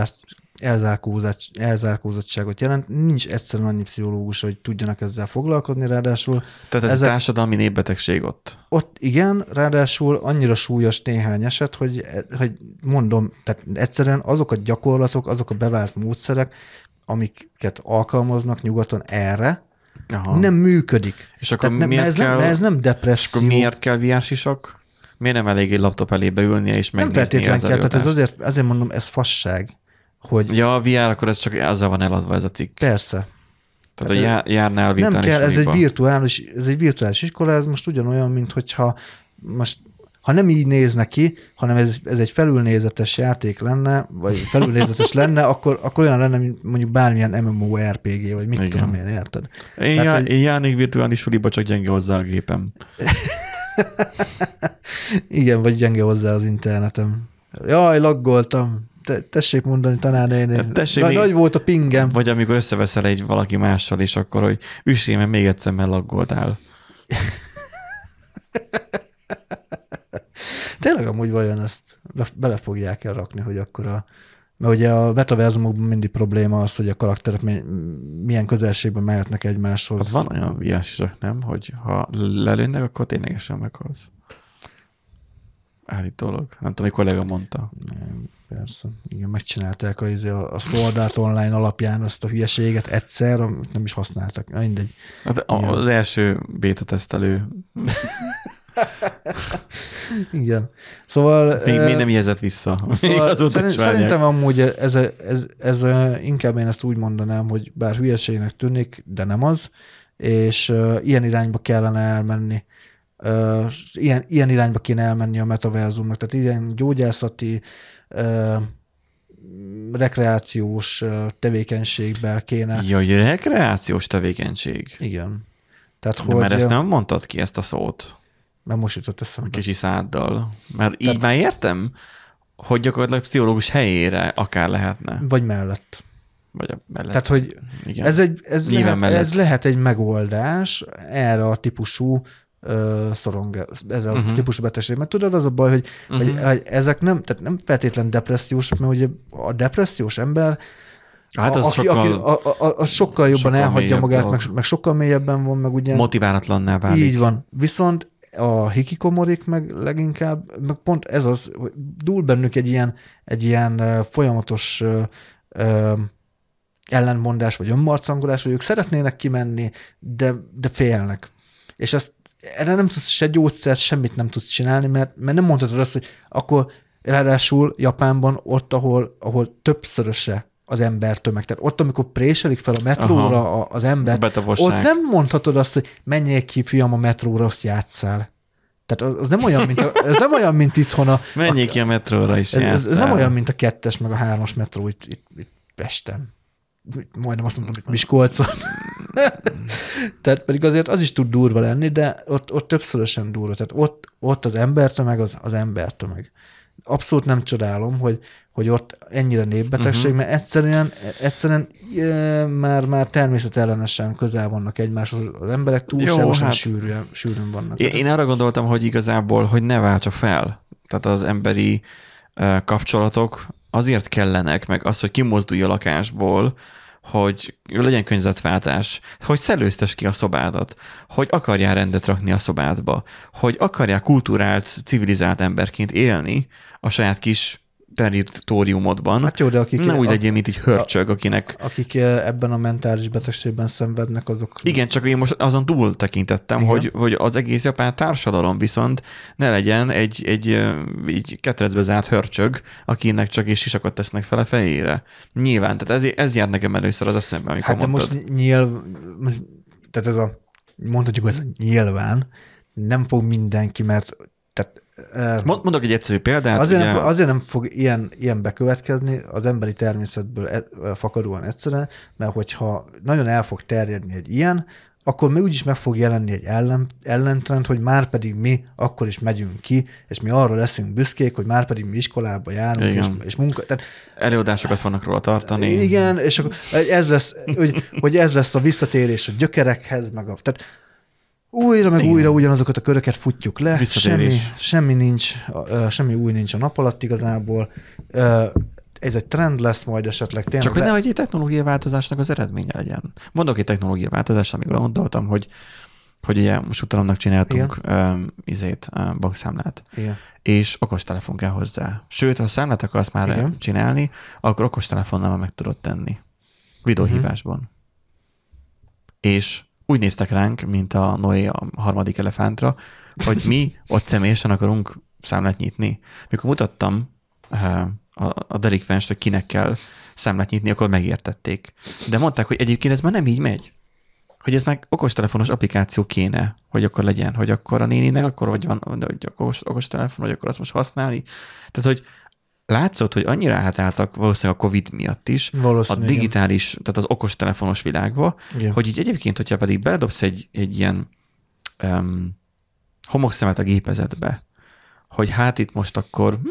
elzárkózottságot jelent. Nincs egyszerűen annyi pszichológus, hogy tudjanak ezzel foglalkozni, ráadásul... Tehát ez társadalmi népbetegség ott? Ott igen, ráadásul annyira súlyos néhány eset, hogy mondom, tehát egyszerűen azok a gyakorlatok, azok a bevált módszerek, amiket alkalmaznak nyugaton erre, nem működik. És akkor ez nem depresszió. És akkor miért kell VR-sisak? Miért nem elég egy laptop elébe ülnie és megnézni? Nem feltétlen kell, tehát ez azért mondom, ez fasság. Hogy... Ja, a VR, akkor ez csak azzal van eladva ez a cikk. Persze. Tehát hát járnál virtuális nem kell, ez egy virtuális iskola, ez most ugyanolyan, mint hogyha most, ha nem így néz neki, hanem ez egy felülnézetes játék lenne, vagy felülnézetes lenne, akkor olyan lenne, mint mondjuk bármilyen MMORPG, vagy mit tudom én, érted? Én járnék virtuális suliba, csak gyenge hozzá a gépem. Igen, vagy gyenge hozzá az internetem. Jaj, laggoltam. Tessék mondani, tanárnéni. Nagy volt a pingem. Vagy amikor összeveszel egy valaki mással, és akkor, hogy üssél, mert még egyszer mellaggoltál. Tényleg amúgy vajon ezt bele fogják el rakni, hogy akkor mert ugye a metaverzumokban mindig probléma az, hogy a karakterek milyen közelségben mehetnek egymáshoz. Hát van olyan viásisak, nem? Hogy ha lelőnek, akkor ténylegesen meghalsz. Állítólag. Nem tudom, egy kollega mondta. Persze. Igen, megcsinálták a Sword Art Online alapján azt a hülyeséget egyszer, amit nem is használtak. Mindegy. Az első beta tesztelő. Igen. Szóval... Még nem jelzett vissza. Szóval szerintem amúgy ez inkább én ezt úgy mondanám, hogy bár hülyeségnek tűnik, de nem az, és ilyen irányba kellene elmenni. Ilyen irányba kéne elmenni a metaverzumnak, tehát ilyen gyógyászati, rekreációs tevékenységbe kéne. Jaj, rekreációs tevékenység. Igen. Tehát, De mert ezt nem mondtad ki, ezt a szót. Mert most jutott eszembe. A kicsi száddal. Mert így már értem, hogy gyakorlatilag pszichológus helyére akár lehetne. Vagy mellett. Vagy a mellett. Tehát, hogy igen. ez lehet egy megoldás erre a típusú erre a típusú betegség. Mert tudod, az a baj, hogy ezek nem feltétlen depressziós, mert ugye a depressziós ember hát az sokkal jobban elhagyja magát, meg sokkal mélyebben van, meg ugye... Motiválatlanná válik. Így van. Viszont a hikikomorik meg leginkább, meg pont ez az, hogy dúl bennük egy ilyen folyamatos ellentmondás, vagy önmarcangolás, hogy ők szeretnének kimenni, de félnek. És erre nem tudsz se gyógyszert, semmit nem tudsz csinálni, mert nem mondhatod azt, hogy akkor ráadásul Japánban ott, ahol többszöröse az embertömeg. Tehát ott, amikor préselik fel a metróra az ember, ott nem mondhatod azt, hogy menjél ki, fiam, a metróra, azt játsszál. Tehát az nem olyan, mint itthon menjél ki a metróra is játsszál. Ez nem olyan, mint a 2-es meg a 3-as metró itt Pesten. Majdnem azt mondtam, hogy Miskolcon. Tehát pedig azért az is tud durva lenni, de ott többszörösen durva. Tehát ott az embertömeg az embertömeg. Abszolút nem csodálom, hogy ott ennyire népbetegség, mert egyszerűen már természetellenesen közel vannak egymáshoz az emberek, túlságosan sűrűn vannak. Én arra gondoltam, hogy igazából, hogy ne váltsa fel. Tehát az emberi kapcsolatok azért kellenek, meg az, hogy kimozdulj a lakásból, hogy legyen környezetváltás, hogy szellőztess ki a szobádat, hogy akarjál rendet rakni a szobádba, hogy akarjál kulturált, civilizált emberként élni a saját kis territóriumodban. Hát jó, de nem úgy legyél, mint így hörcsög, akinek... Akik ebben a mentális betegségben szenvednek, azok... Igen, csak én most azon túl tekintettem, hogy az egész japán társadalom viszont ne legyen egy ketrecbe zárt hörcsög, akinek csak is sisakot tesznek fel a fejére. Nyilván, tehát ez járt nekem először az eszembe, amikor mondtad. Hát de most tehát mondhatjuk, hogy nyilván nem fog mindenki, mert mondok egy egyszerű példát. Azért nem fog ilyen bekövetkezni az emberi természetből fakadóan egyszerűen, mert hogyha nagyon el fog terjedni egy ilyen, akkor még úgyis meg fog jelenni egy ellentrend, hogy már pedig mi akkor is megyünk ki, és mi arra leszünk büszkék, hogy már pedig mi iskolába járunk, és munka... Tehát, előadásokat fognak róla tartani. Igen, és akkor ez lesz, hogy ez lesz a visszatérés a gyökerekhez, meg tehát újra ugyanazokat a köröket futjuk le, semmi új nincs a nap alatt igazából. Ez egy trend lesz majd esetleg. Tényleg csak hogy nehogy egy technológiai változásnak az eredménye legyen. Mondok egy technológiai változást, amikor gondoltam, hogy ugye most utalomnak csináltunk bankszámlát, igen. És okostelefon kell hozzá. Sőt, ha számlát akarsz már csinálni, akkor okostelefonnal meg tudod tenni. Videóhívásban. És úgy néztek ránk, mint a Noé a harmadik elefántra, hogy mi ott személyesen akarunk számlát nyitni. Mikor mutattam a delikvenst, hogy kinek kell számlát nyitni, akkor megértették. De mondták, hogy egyébként ez már nem így megy. Hogy ez meg okostelefonos applikáció kéne, hogy akkor legyen, hogy akkor a néninek, akkor hogy van hogy okostelefon, vagy akkor azt most használni. Tehát, hogy látszott, hogy annyira átálltak valószínűleg a Covid miatt is a digitális, tehát az okostelefonos világba, igen. Hogy így egyébként, hogyha pedig beledobsz egy ilyen homokszemet a gépezetbe, hogy hát itt most akkor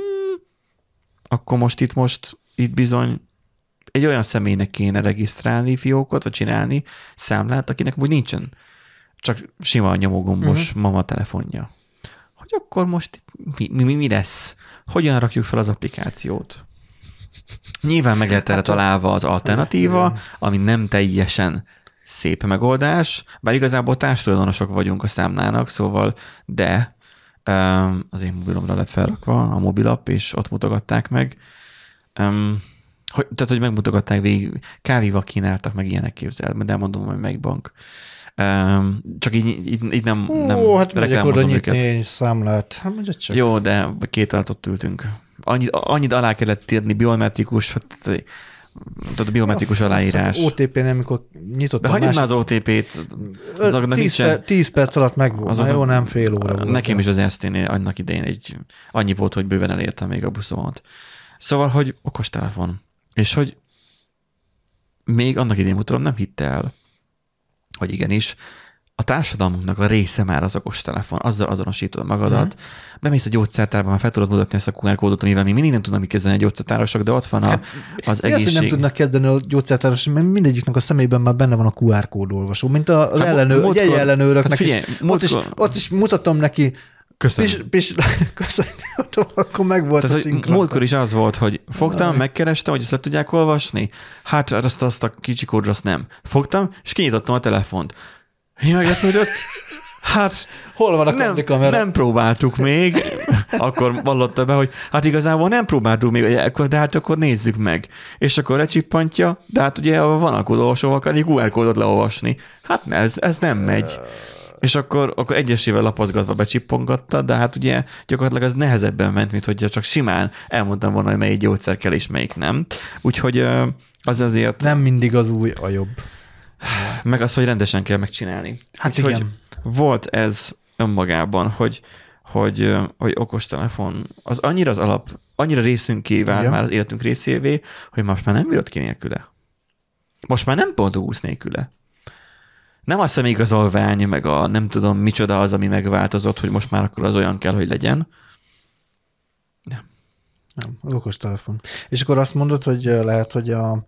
itt bizony egy olyan személynek kéne regisztrálni fiókot, vagy csinálni számlát, akinek úgy nincsen csak sima nyomogombos mama telefonja. Hogy akkor most mi lesz? Hogyan rakjuk fel az applikációt? Nyilván meg lehet erre találva az alternatíva, ami nem teljesen szép megoldás, bár igazából társtulajdonosok vagyunk a számlának, szóval, de az én mobilomra lett felrakva a mobilapp, és ott mutogatták meg. Tehát, hogy megmutogatták végig, kávéval kínáltak, meg ilyenek képzelni, de elmondom, hogy melyik bank. Csak így nem hát reklámozom őket. Egy számlát. Hát csak. Jó, de két alatt ott ültünk. Annyit alá kellett írni, biometrikus, Tehát a biometrikus aláírás. OTP-nél, amikor nyitottam de hagyjad már az OTP-t. 10 perc alatt megvolt. Na jó, nem fél óra volt. Nekem is az ST-nél annak idején annyi volt, hogy bőven elértem még a buszomat. Szóval, hogy okostelefon. És hogy még annak idején utólag nem hitte el, hogy igenis, a társadalmunknak a része már az okostelefon, azzal azonosítod magadat, bemész a gyógyszertárba, már fel tudod mutatni ezt a QR kódot, amivel még mindig nem tudnak mit kezdeni a gyógyszertárosok, de ott van az egészség. Azt, hogy nem tudnak kezdeni a gyógyszertárosok, mert mindegyiknek a szemében már benne van a QR kódolvasó, mint az ellenőröknek. Ott is mutatom neki, köszönöm. Köszönöm, akkor meg volt a szinkron. Múltkor is az volt, hogy fogtam, megkerestem, hogy ezt le tudják olvasni. Hát azt a kicsi kódra azt nem. Fogtam, és kinyitottam a telefont. Mi meglepődött? Hát hol van a kandikamera? Nem próbáltuk még. Akkor vallotta be, hogy hát igazából nem próbáltuk még, de hát akkor nézzük meg. És akkor lecsippantja, de hát ugye van a kódolvasóval kell egy QR kódot leolvasni. Hát ez nem megy. És akkor egyesével lapozgatva becsippongatta, de hát ugye gyakorlatilag az nehezebben ment, mint hogyha csak simán elmondtam volna, hogy melyik gyógyszer kell és melyik nem. Úgyhogy az azért... Nem mindig az új a jobb. Meg az, hogy rendesen kell megcsinálni. Hát úgyhogy igen. volt ez önmagában, hogy okostelefon az annyira annyira részünké vált már az életünk részévé, hogy most már nem bírod ki nélküle. Most már nem boldogulsz nélküle. Nem a személyigazolvány, meg a nem tudom micsoda az, ami megváltozott, hogy most már akkor az olyan kell, hogy legyen. Nem, az okostelefon. És akkor azt mondod, hogy lehet, hogy a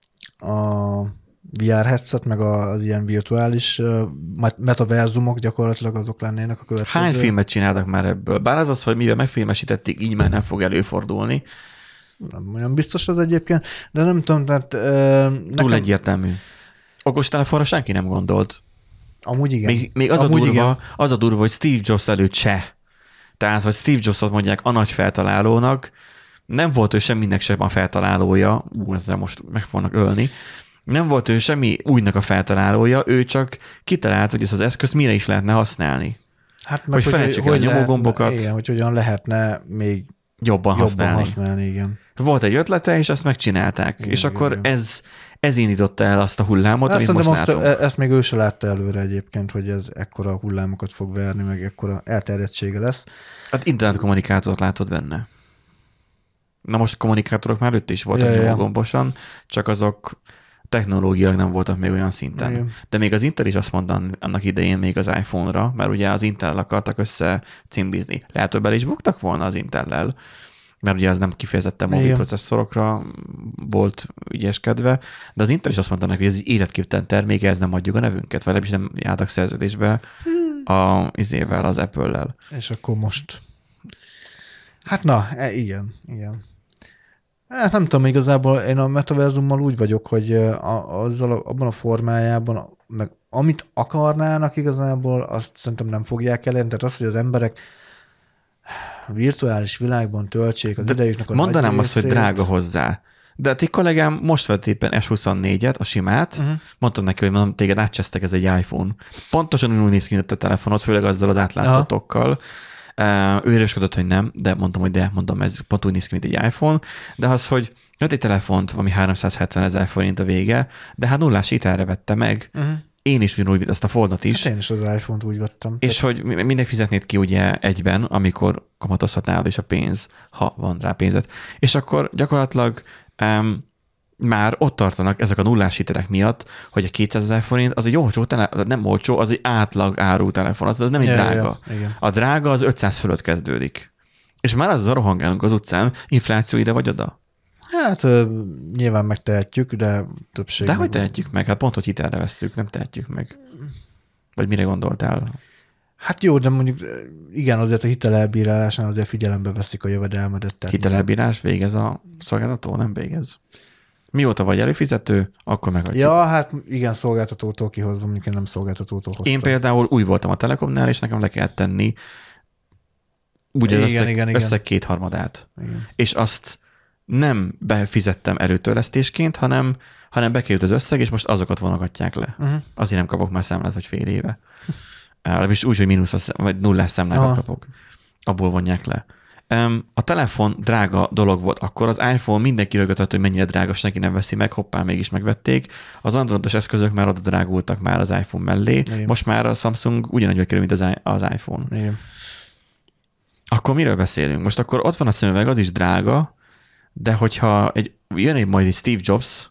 VR headset, meg az ilyen virtuális metaverzumok gyakorlatilag azok lennének a következő. Hány filmet csináltak már ebből? Bár az, hogy mivel megfilmesítették, így már nem fog előfordulni. Nem olyan biztos az egyébként, de nem tudom, tehát... Túl egyértelmű. Okostelefonra senki nem gondolt. Amúgy igen. Még az a durva, hogy Steve Jobs előtt se. Tehát, hogy Steve Jobsot mondják a nagy feltalálónak, nem volt ő semminek sem a feltalálója, ezzel most meg fognak ölni, nem volt ő semmi újnak a feltalálója, ő csak kitalált, hogy ezt az eszközt mire is lehetne használni. Hát meg hogy felejtsük el a nyomógombokat. Igen, hogy hogyan lehetne még jobban használni. Igen. Volt egy ötlete, és ezt megcsinálták. Igen, és akkor igen. Ez indította el azt a hullámot, amit most látunk. Ezt még ő se látta előre egyébként, hogy ez ekkora hullámokat fog verni, meg ekkora elterjedtsége lesz. Hát internetkommunikátort látod benne. Na most kommunikátorok már előtt is voltak nyomógombosan, csak azok technológiailag nem voltak még olyan szinten. Igen. De még az Intel is azt mondta annak idején még az iPhone-ra, mert ugye az Intel-el akartak össze cimbizni. Lehet, hogy bele is buktak volna az Intel-lel, mert ugye az nem kifejezetten mobil processzorokra volt ügyeskedve, de az Intel is azt mondta neki, hogy ez egy életképtelen termék, ez nem adjuk a nevünket, vagy legalábbis nem jártak szerződésbe az Apple-lel. És akkor most... Hát na, igen. Hát nem tudom, igazából én a metaverzummal úgy vagyok, hogy azzal abban a formájában, meg amit akarnának igazából, azt szerintem nem fogják elérni. Tehát az, hogy az emberek virtuális világban töltsék az idejüknek a mondanám nagy azt, hogy drága hozzá. De a ti kollégám most vett éppen S24-et, a simát, mondtam neki, hogy mondom, téged átcsesztek, ez egy iPhone. Pontosan úgy néz ki, mint a telefonot, főleg azzal az átlátszótokkal. Ő erősködött, hogy nem, de mondtam, hogy ez pont úgy néz ki, mint egy iPhone, de az, hogy jött egy telefont, valami 370 000 forint a vége, de hát nullás hitelre vette meg. Én is ugyanúgy, mint azt a Foldot is. Hát én is az iPhone-t úgy vettem. És hogy mindegy fizetnéd ki ugye egyben, amikor kamatozhatnál is a pénz, ha van rá pénzed. És akkor gyakorlatilag már ott tartanak ezek a nullás hitelek miatt, hogy a 200 000 forint az egy olcsó telefon, nem olcsó, az egy átlag áru telefon, az nem egy drága. A drága az 500 fölött kezdődik. És már az a rohangálunk az utcán, infláció ide vagy oda. Hát nyilván megtehetjük, de többség. De hogy tehetjük meg? Hát pont, hogy hitelre vesszük, nem tehetjük meg. Vagy mire gondoltál? Hát jó, de mondjuk igen, azért a hitelelbírálásnál azért figyelembe veszik a jövedelmedet. Hitelelbírás végez a szolgáltató? Nem végez. Mióta vagy előfizető, akkor megadjuk. Ja, hát igen, szolgáltatótól kihozva, mondjuk én nem szolgáltatótól hoztam. Én például új voltam a Telekomnál, és nekem le kellett tenni ugye összeg kétharmadát. Igen. És azt nem befizettem előtörlesztésként, hanem bekerült az összeg, és most azokat vonogatják le. Azért nem kapok már számlát, vagy fél éve. És úgy, hogy mínusz, vagy nullás számlákat kapok. Abból vonják le. A telefon drága dolog volt akkor, az iPhone mindenki rögötött, hogy mennyire drága, senki nem veszi meg, hoppá, mégis megvették. Az androidos eszközök már oda drágultak már az iPhone mellé, Igen. most már a Samsung ugyanúgy kerül, mint az iPhone. Igen. Akkor miről beszélünk? Most akkor ott van a szemüveg, az is drága, de hogyha jön majd egy Steve Jobs,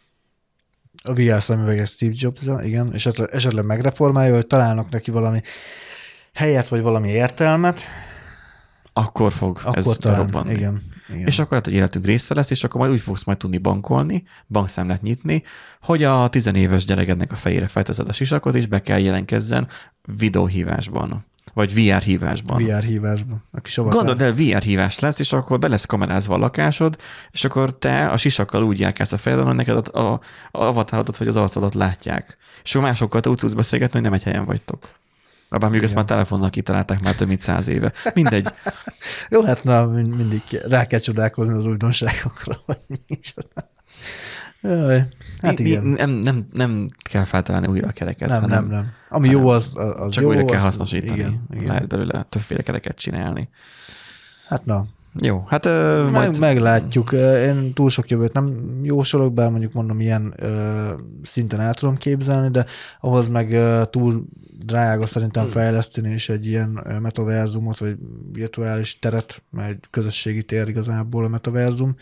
A VR szemüveges Steve jobs igen, és esetleg megreformálja, hogy találnak neki valami helyet, vagy valami értelmet, akkor fog ez talán, robbanni. igen. És akkor lehet, hogy életünk része lesz, és akkor majd úgy fogsz majd tudni bankolni, bankszámlát nyitni, hogy a 10 éves gyerekednek a fejére felteszed a sisakot, és be kell jelentkezzen videóhívásban, vagy VR hívásban. VR hívásban. A kis avatar. Gondold el, VR hívás lesz, és akkor be lesz kamerázva a lakásod, és akkor te a sisakkal úgy járkálsz a fejedön, hogy neked a avatarodat vagy az arcodat látják. És akkor másokkal te úgy tudsz beszélgetni, hogy nem egy helyen vagytok. Abban mondjuk ezt már telefonnal kitalálták már több mint 100 éve. Mindegy. Jó, hát na, mindig rá kell csodálkozni az újdonságokra, vagy mi is. Jaj, hát igen. Nem kell feltalálni újra a kereket. Nem. Ami jó, az csak jó. újra kell hasznosítani. Igen. Lehet belőle többféle kereket csinálni. Hát na. Jó, hát meglátjuk. Én túl sok jövőt nem jósolok, bár mondjuk mondom, ilyen szinten el tudom képzelni, de ahhoz meg túl drága szerintem fejleszteni, és egy ilyen metaverzumot, vagy virtuális teret, mert egy közösségi tér igazából a metaverzum.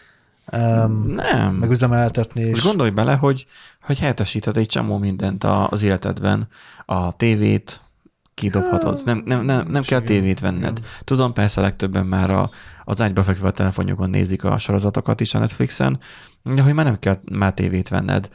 Nem. Meg üzemeltetni. És gondolj bele, hogy helyettesíthet egy csomó mindent az életedben. A tévét kidobhatod. Nem kell tévét venned. Igen. Tudom, persze legtöbben már az ágyba fekve a telefonjukon nézik a sorozatokat is a Netflixen, de hogy már nem kell már tévét venned.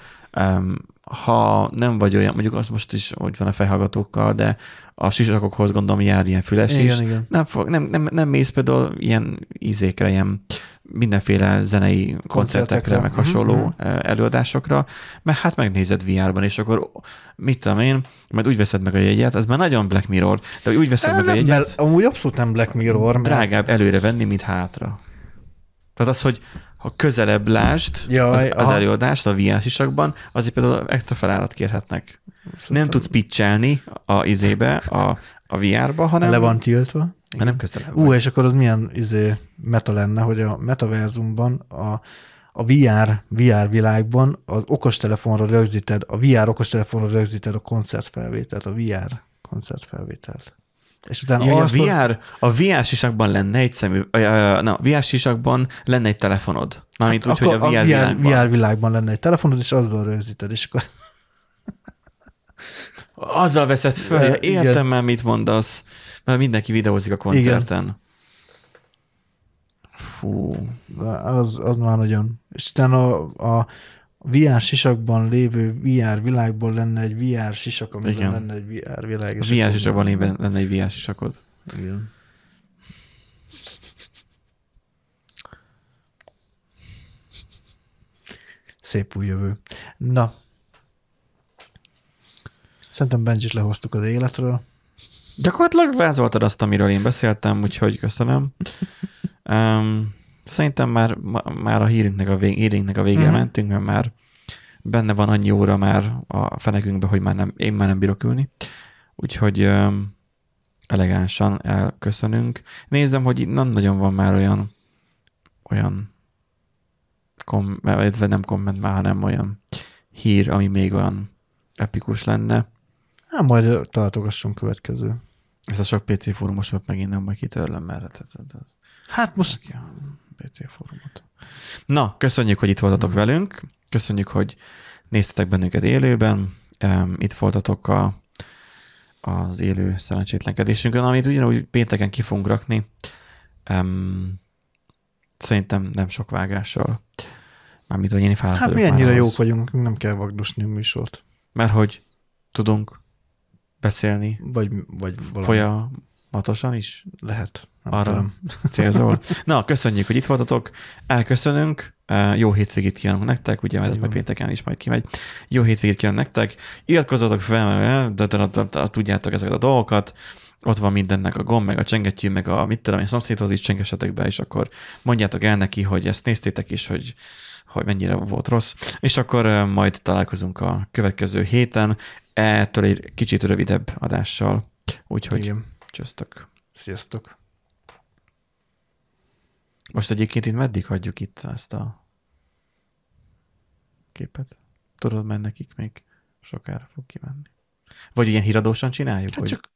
Ha nem vagy olyan, mondjuk az most is úgy van a fejhallgatókkal, de a sisakokhoz gondolom jár ilyen füles is. Igen. Nem mész például ilyen ízékre, ilyen mindenféle zenei koncertekre, meg hasonló előadásokra, mert hát megnézed VR-ban, és akkor mit tudom én, majd úgy veszed meg a jegyet, ez már nagyon Black Mirror, de úgy veszed meg a jegyet. Amúgy abszolút nem Black Mirror. Drágább előre venni, mint hátra. Tehát az, hogy ha közelebb lásd az előadást a VR sisakban, azért például extra felárat kérhetnek. Nem tudsz pitchelni a izébe, a VR-ba, hanem... Le van tiltva. Nem közelebb. És akkor az milyen meta lenne, hogy a metaverzumban a VR világban az okostelefonra rögzíted, a VR okostelefonra rögzíted a koncertfelvételt, a VR koncertfelvételt. És utána a VR sisakban lenne egy VR sisakban lenne egy telefonod. Mármint úgy, hogy a VR világban. VR világban lenne egy telefonod, és azzal rögzíted, és akkor... Azzal veszed föl, értem már, mit mondasz, mert mindenki videózik a koncerten. Igen. Fú. Az már nagyon... És utána a VR sisakban lévő VR világból lenne egy VR sisak, amiben lenne egy VR világ. A VR sisakban lenne egy VR sisakod. Igen. Szép új jövő. Na. Szerintem Benjit lehoztuk az életről. Gyakorlatilag vázoltad azt, amiről én beszéltem, úgyhogy köszönöm. Szerintem már a hírünknek a végére mentünk, mert már benne van annyi óra már a fenekünkbe, hogy én már nem bírok ülni. Úgyhogy elegánsan elköszönünk. Nézzem, hogy nem nagyon van már olyan nem komment már, hanem olyan hír, ami még olyan epikus lenne. Hát majd tartogassunk következő. Ez a sok PC fórumos volt megint nem majd kitörlöm, mert hát most... PC fórumot. Na, köszönjük, hogy itt voltatok velünk. Köszönjük, hogy néztetek bennünket élőben. Itt voltatok az élő szerencsétlenkedésünkön, amit ugyanúgy pénteken ki fogunk rakni. Szerintem nem sok vágással. Mármint, hogy én fáradt hát mi ennyire jók vagyunk, nem kell vagdosni a műsort. Mert hogy tudunk beszélni. Vagy valami. Folyamatosan is? Lehet. Arra célzol. Na, köszönjük, hogy itt voltatok. Elköszönünk. Jó hétvégét kívánunk nektek. Ugye, mert ez meg pénteken is majd kimegy. Jó hétvégét kívánunk nektek. Iratkozzatok fel, tudjátok ezeket a dolgokat. Ott van mindennek a gomb, meg a csengettyű, meg a mit tudom, a szomszédhoz is csengessetek be, és akkor mondjátok el neki, hogy ezt néztétek is, hogy mennyire volt rossz. És akkor majd találkozunk a következő héten. Ettől egy kicsit rövidebb adással. Úgyhogy csöztök. Sziasztok. Most egyébként itt meddig hagyjuk itt ezt a képet? Tudod, mert nekik még sokára fog kimenni. Vagy ilyen híradósan csináljuk? Hát Hogy... csak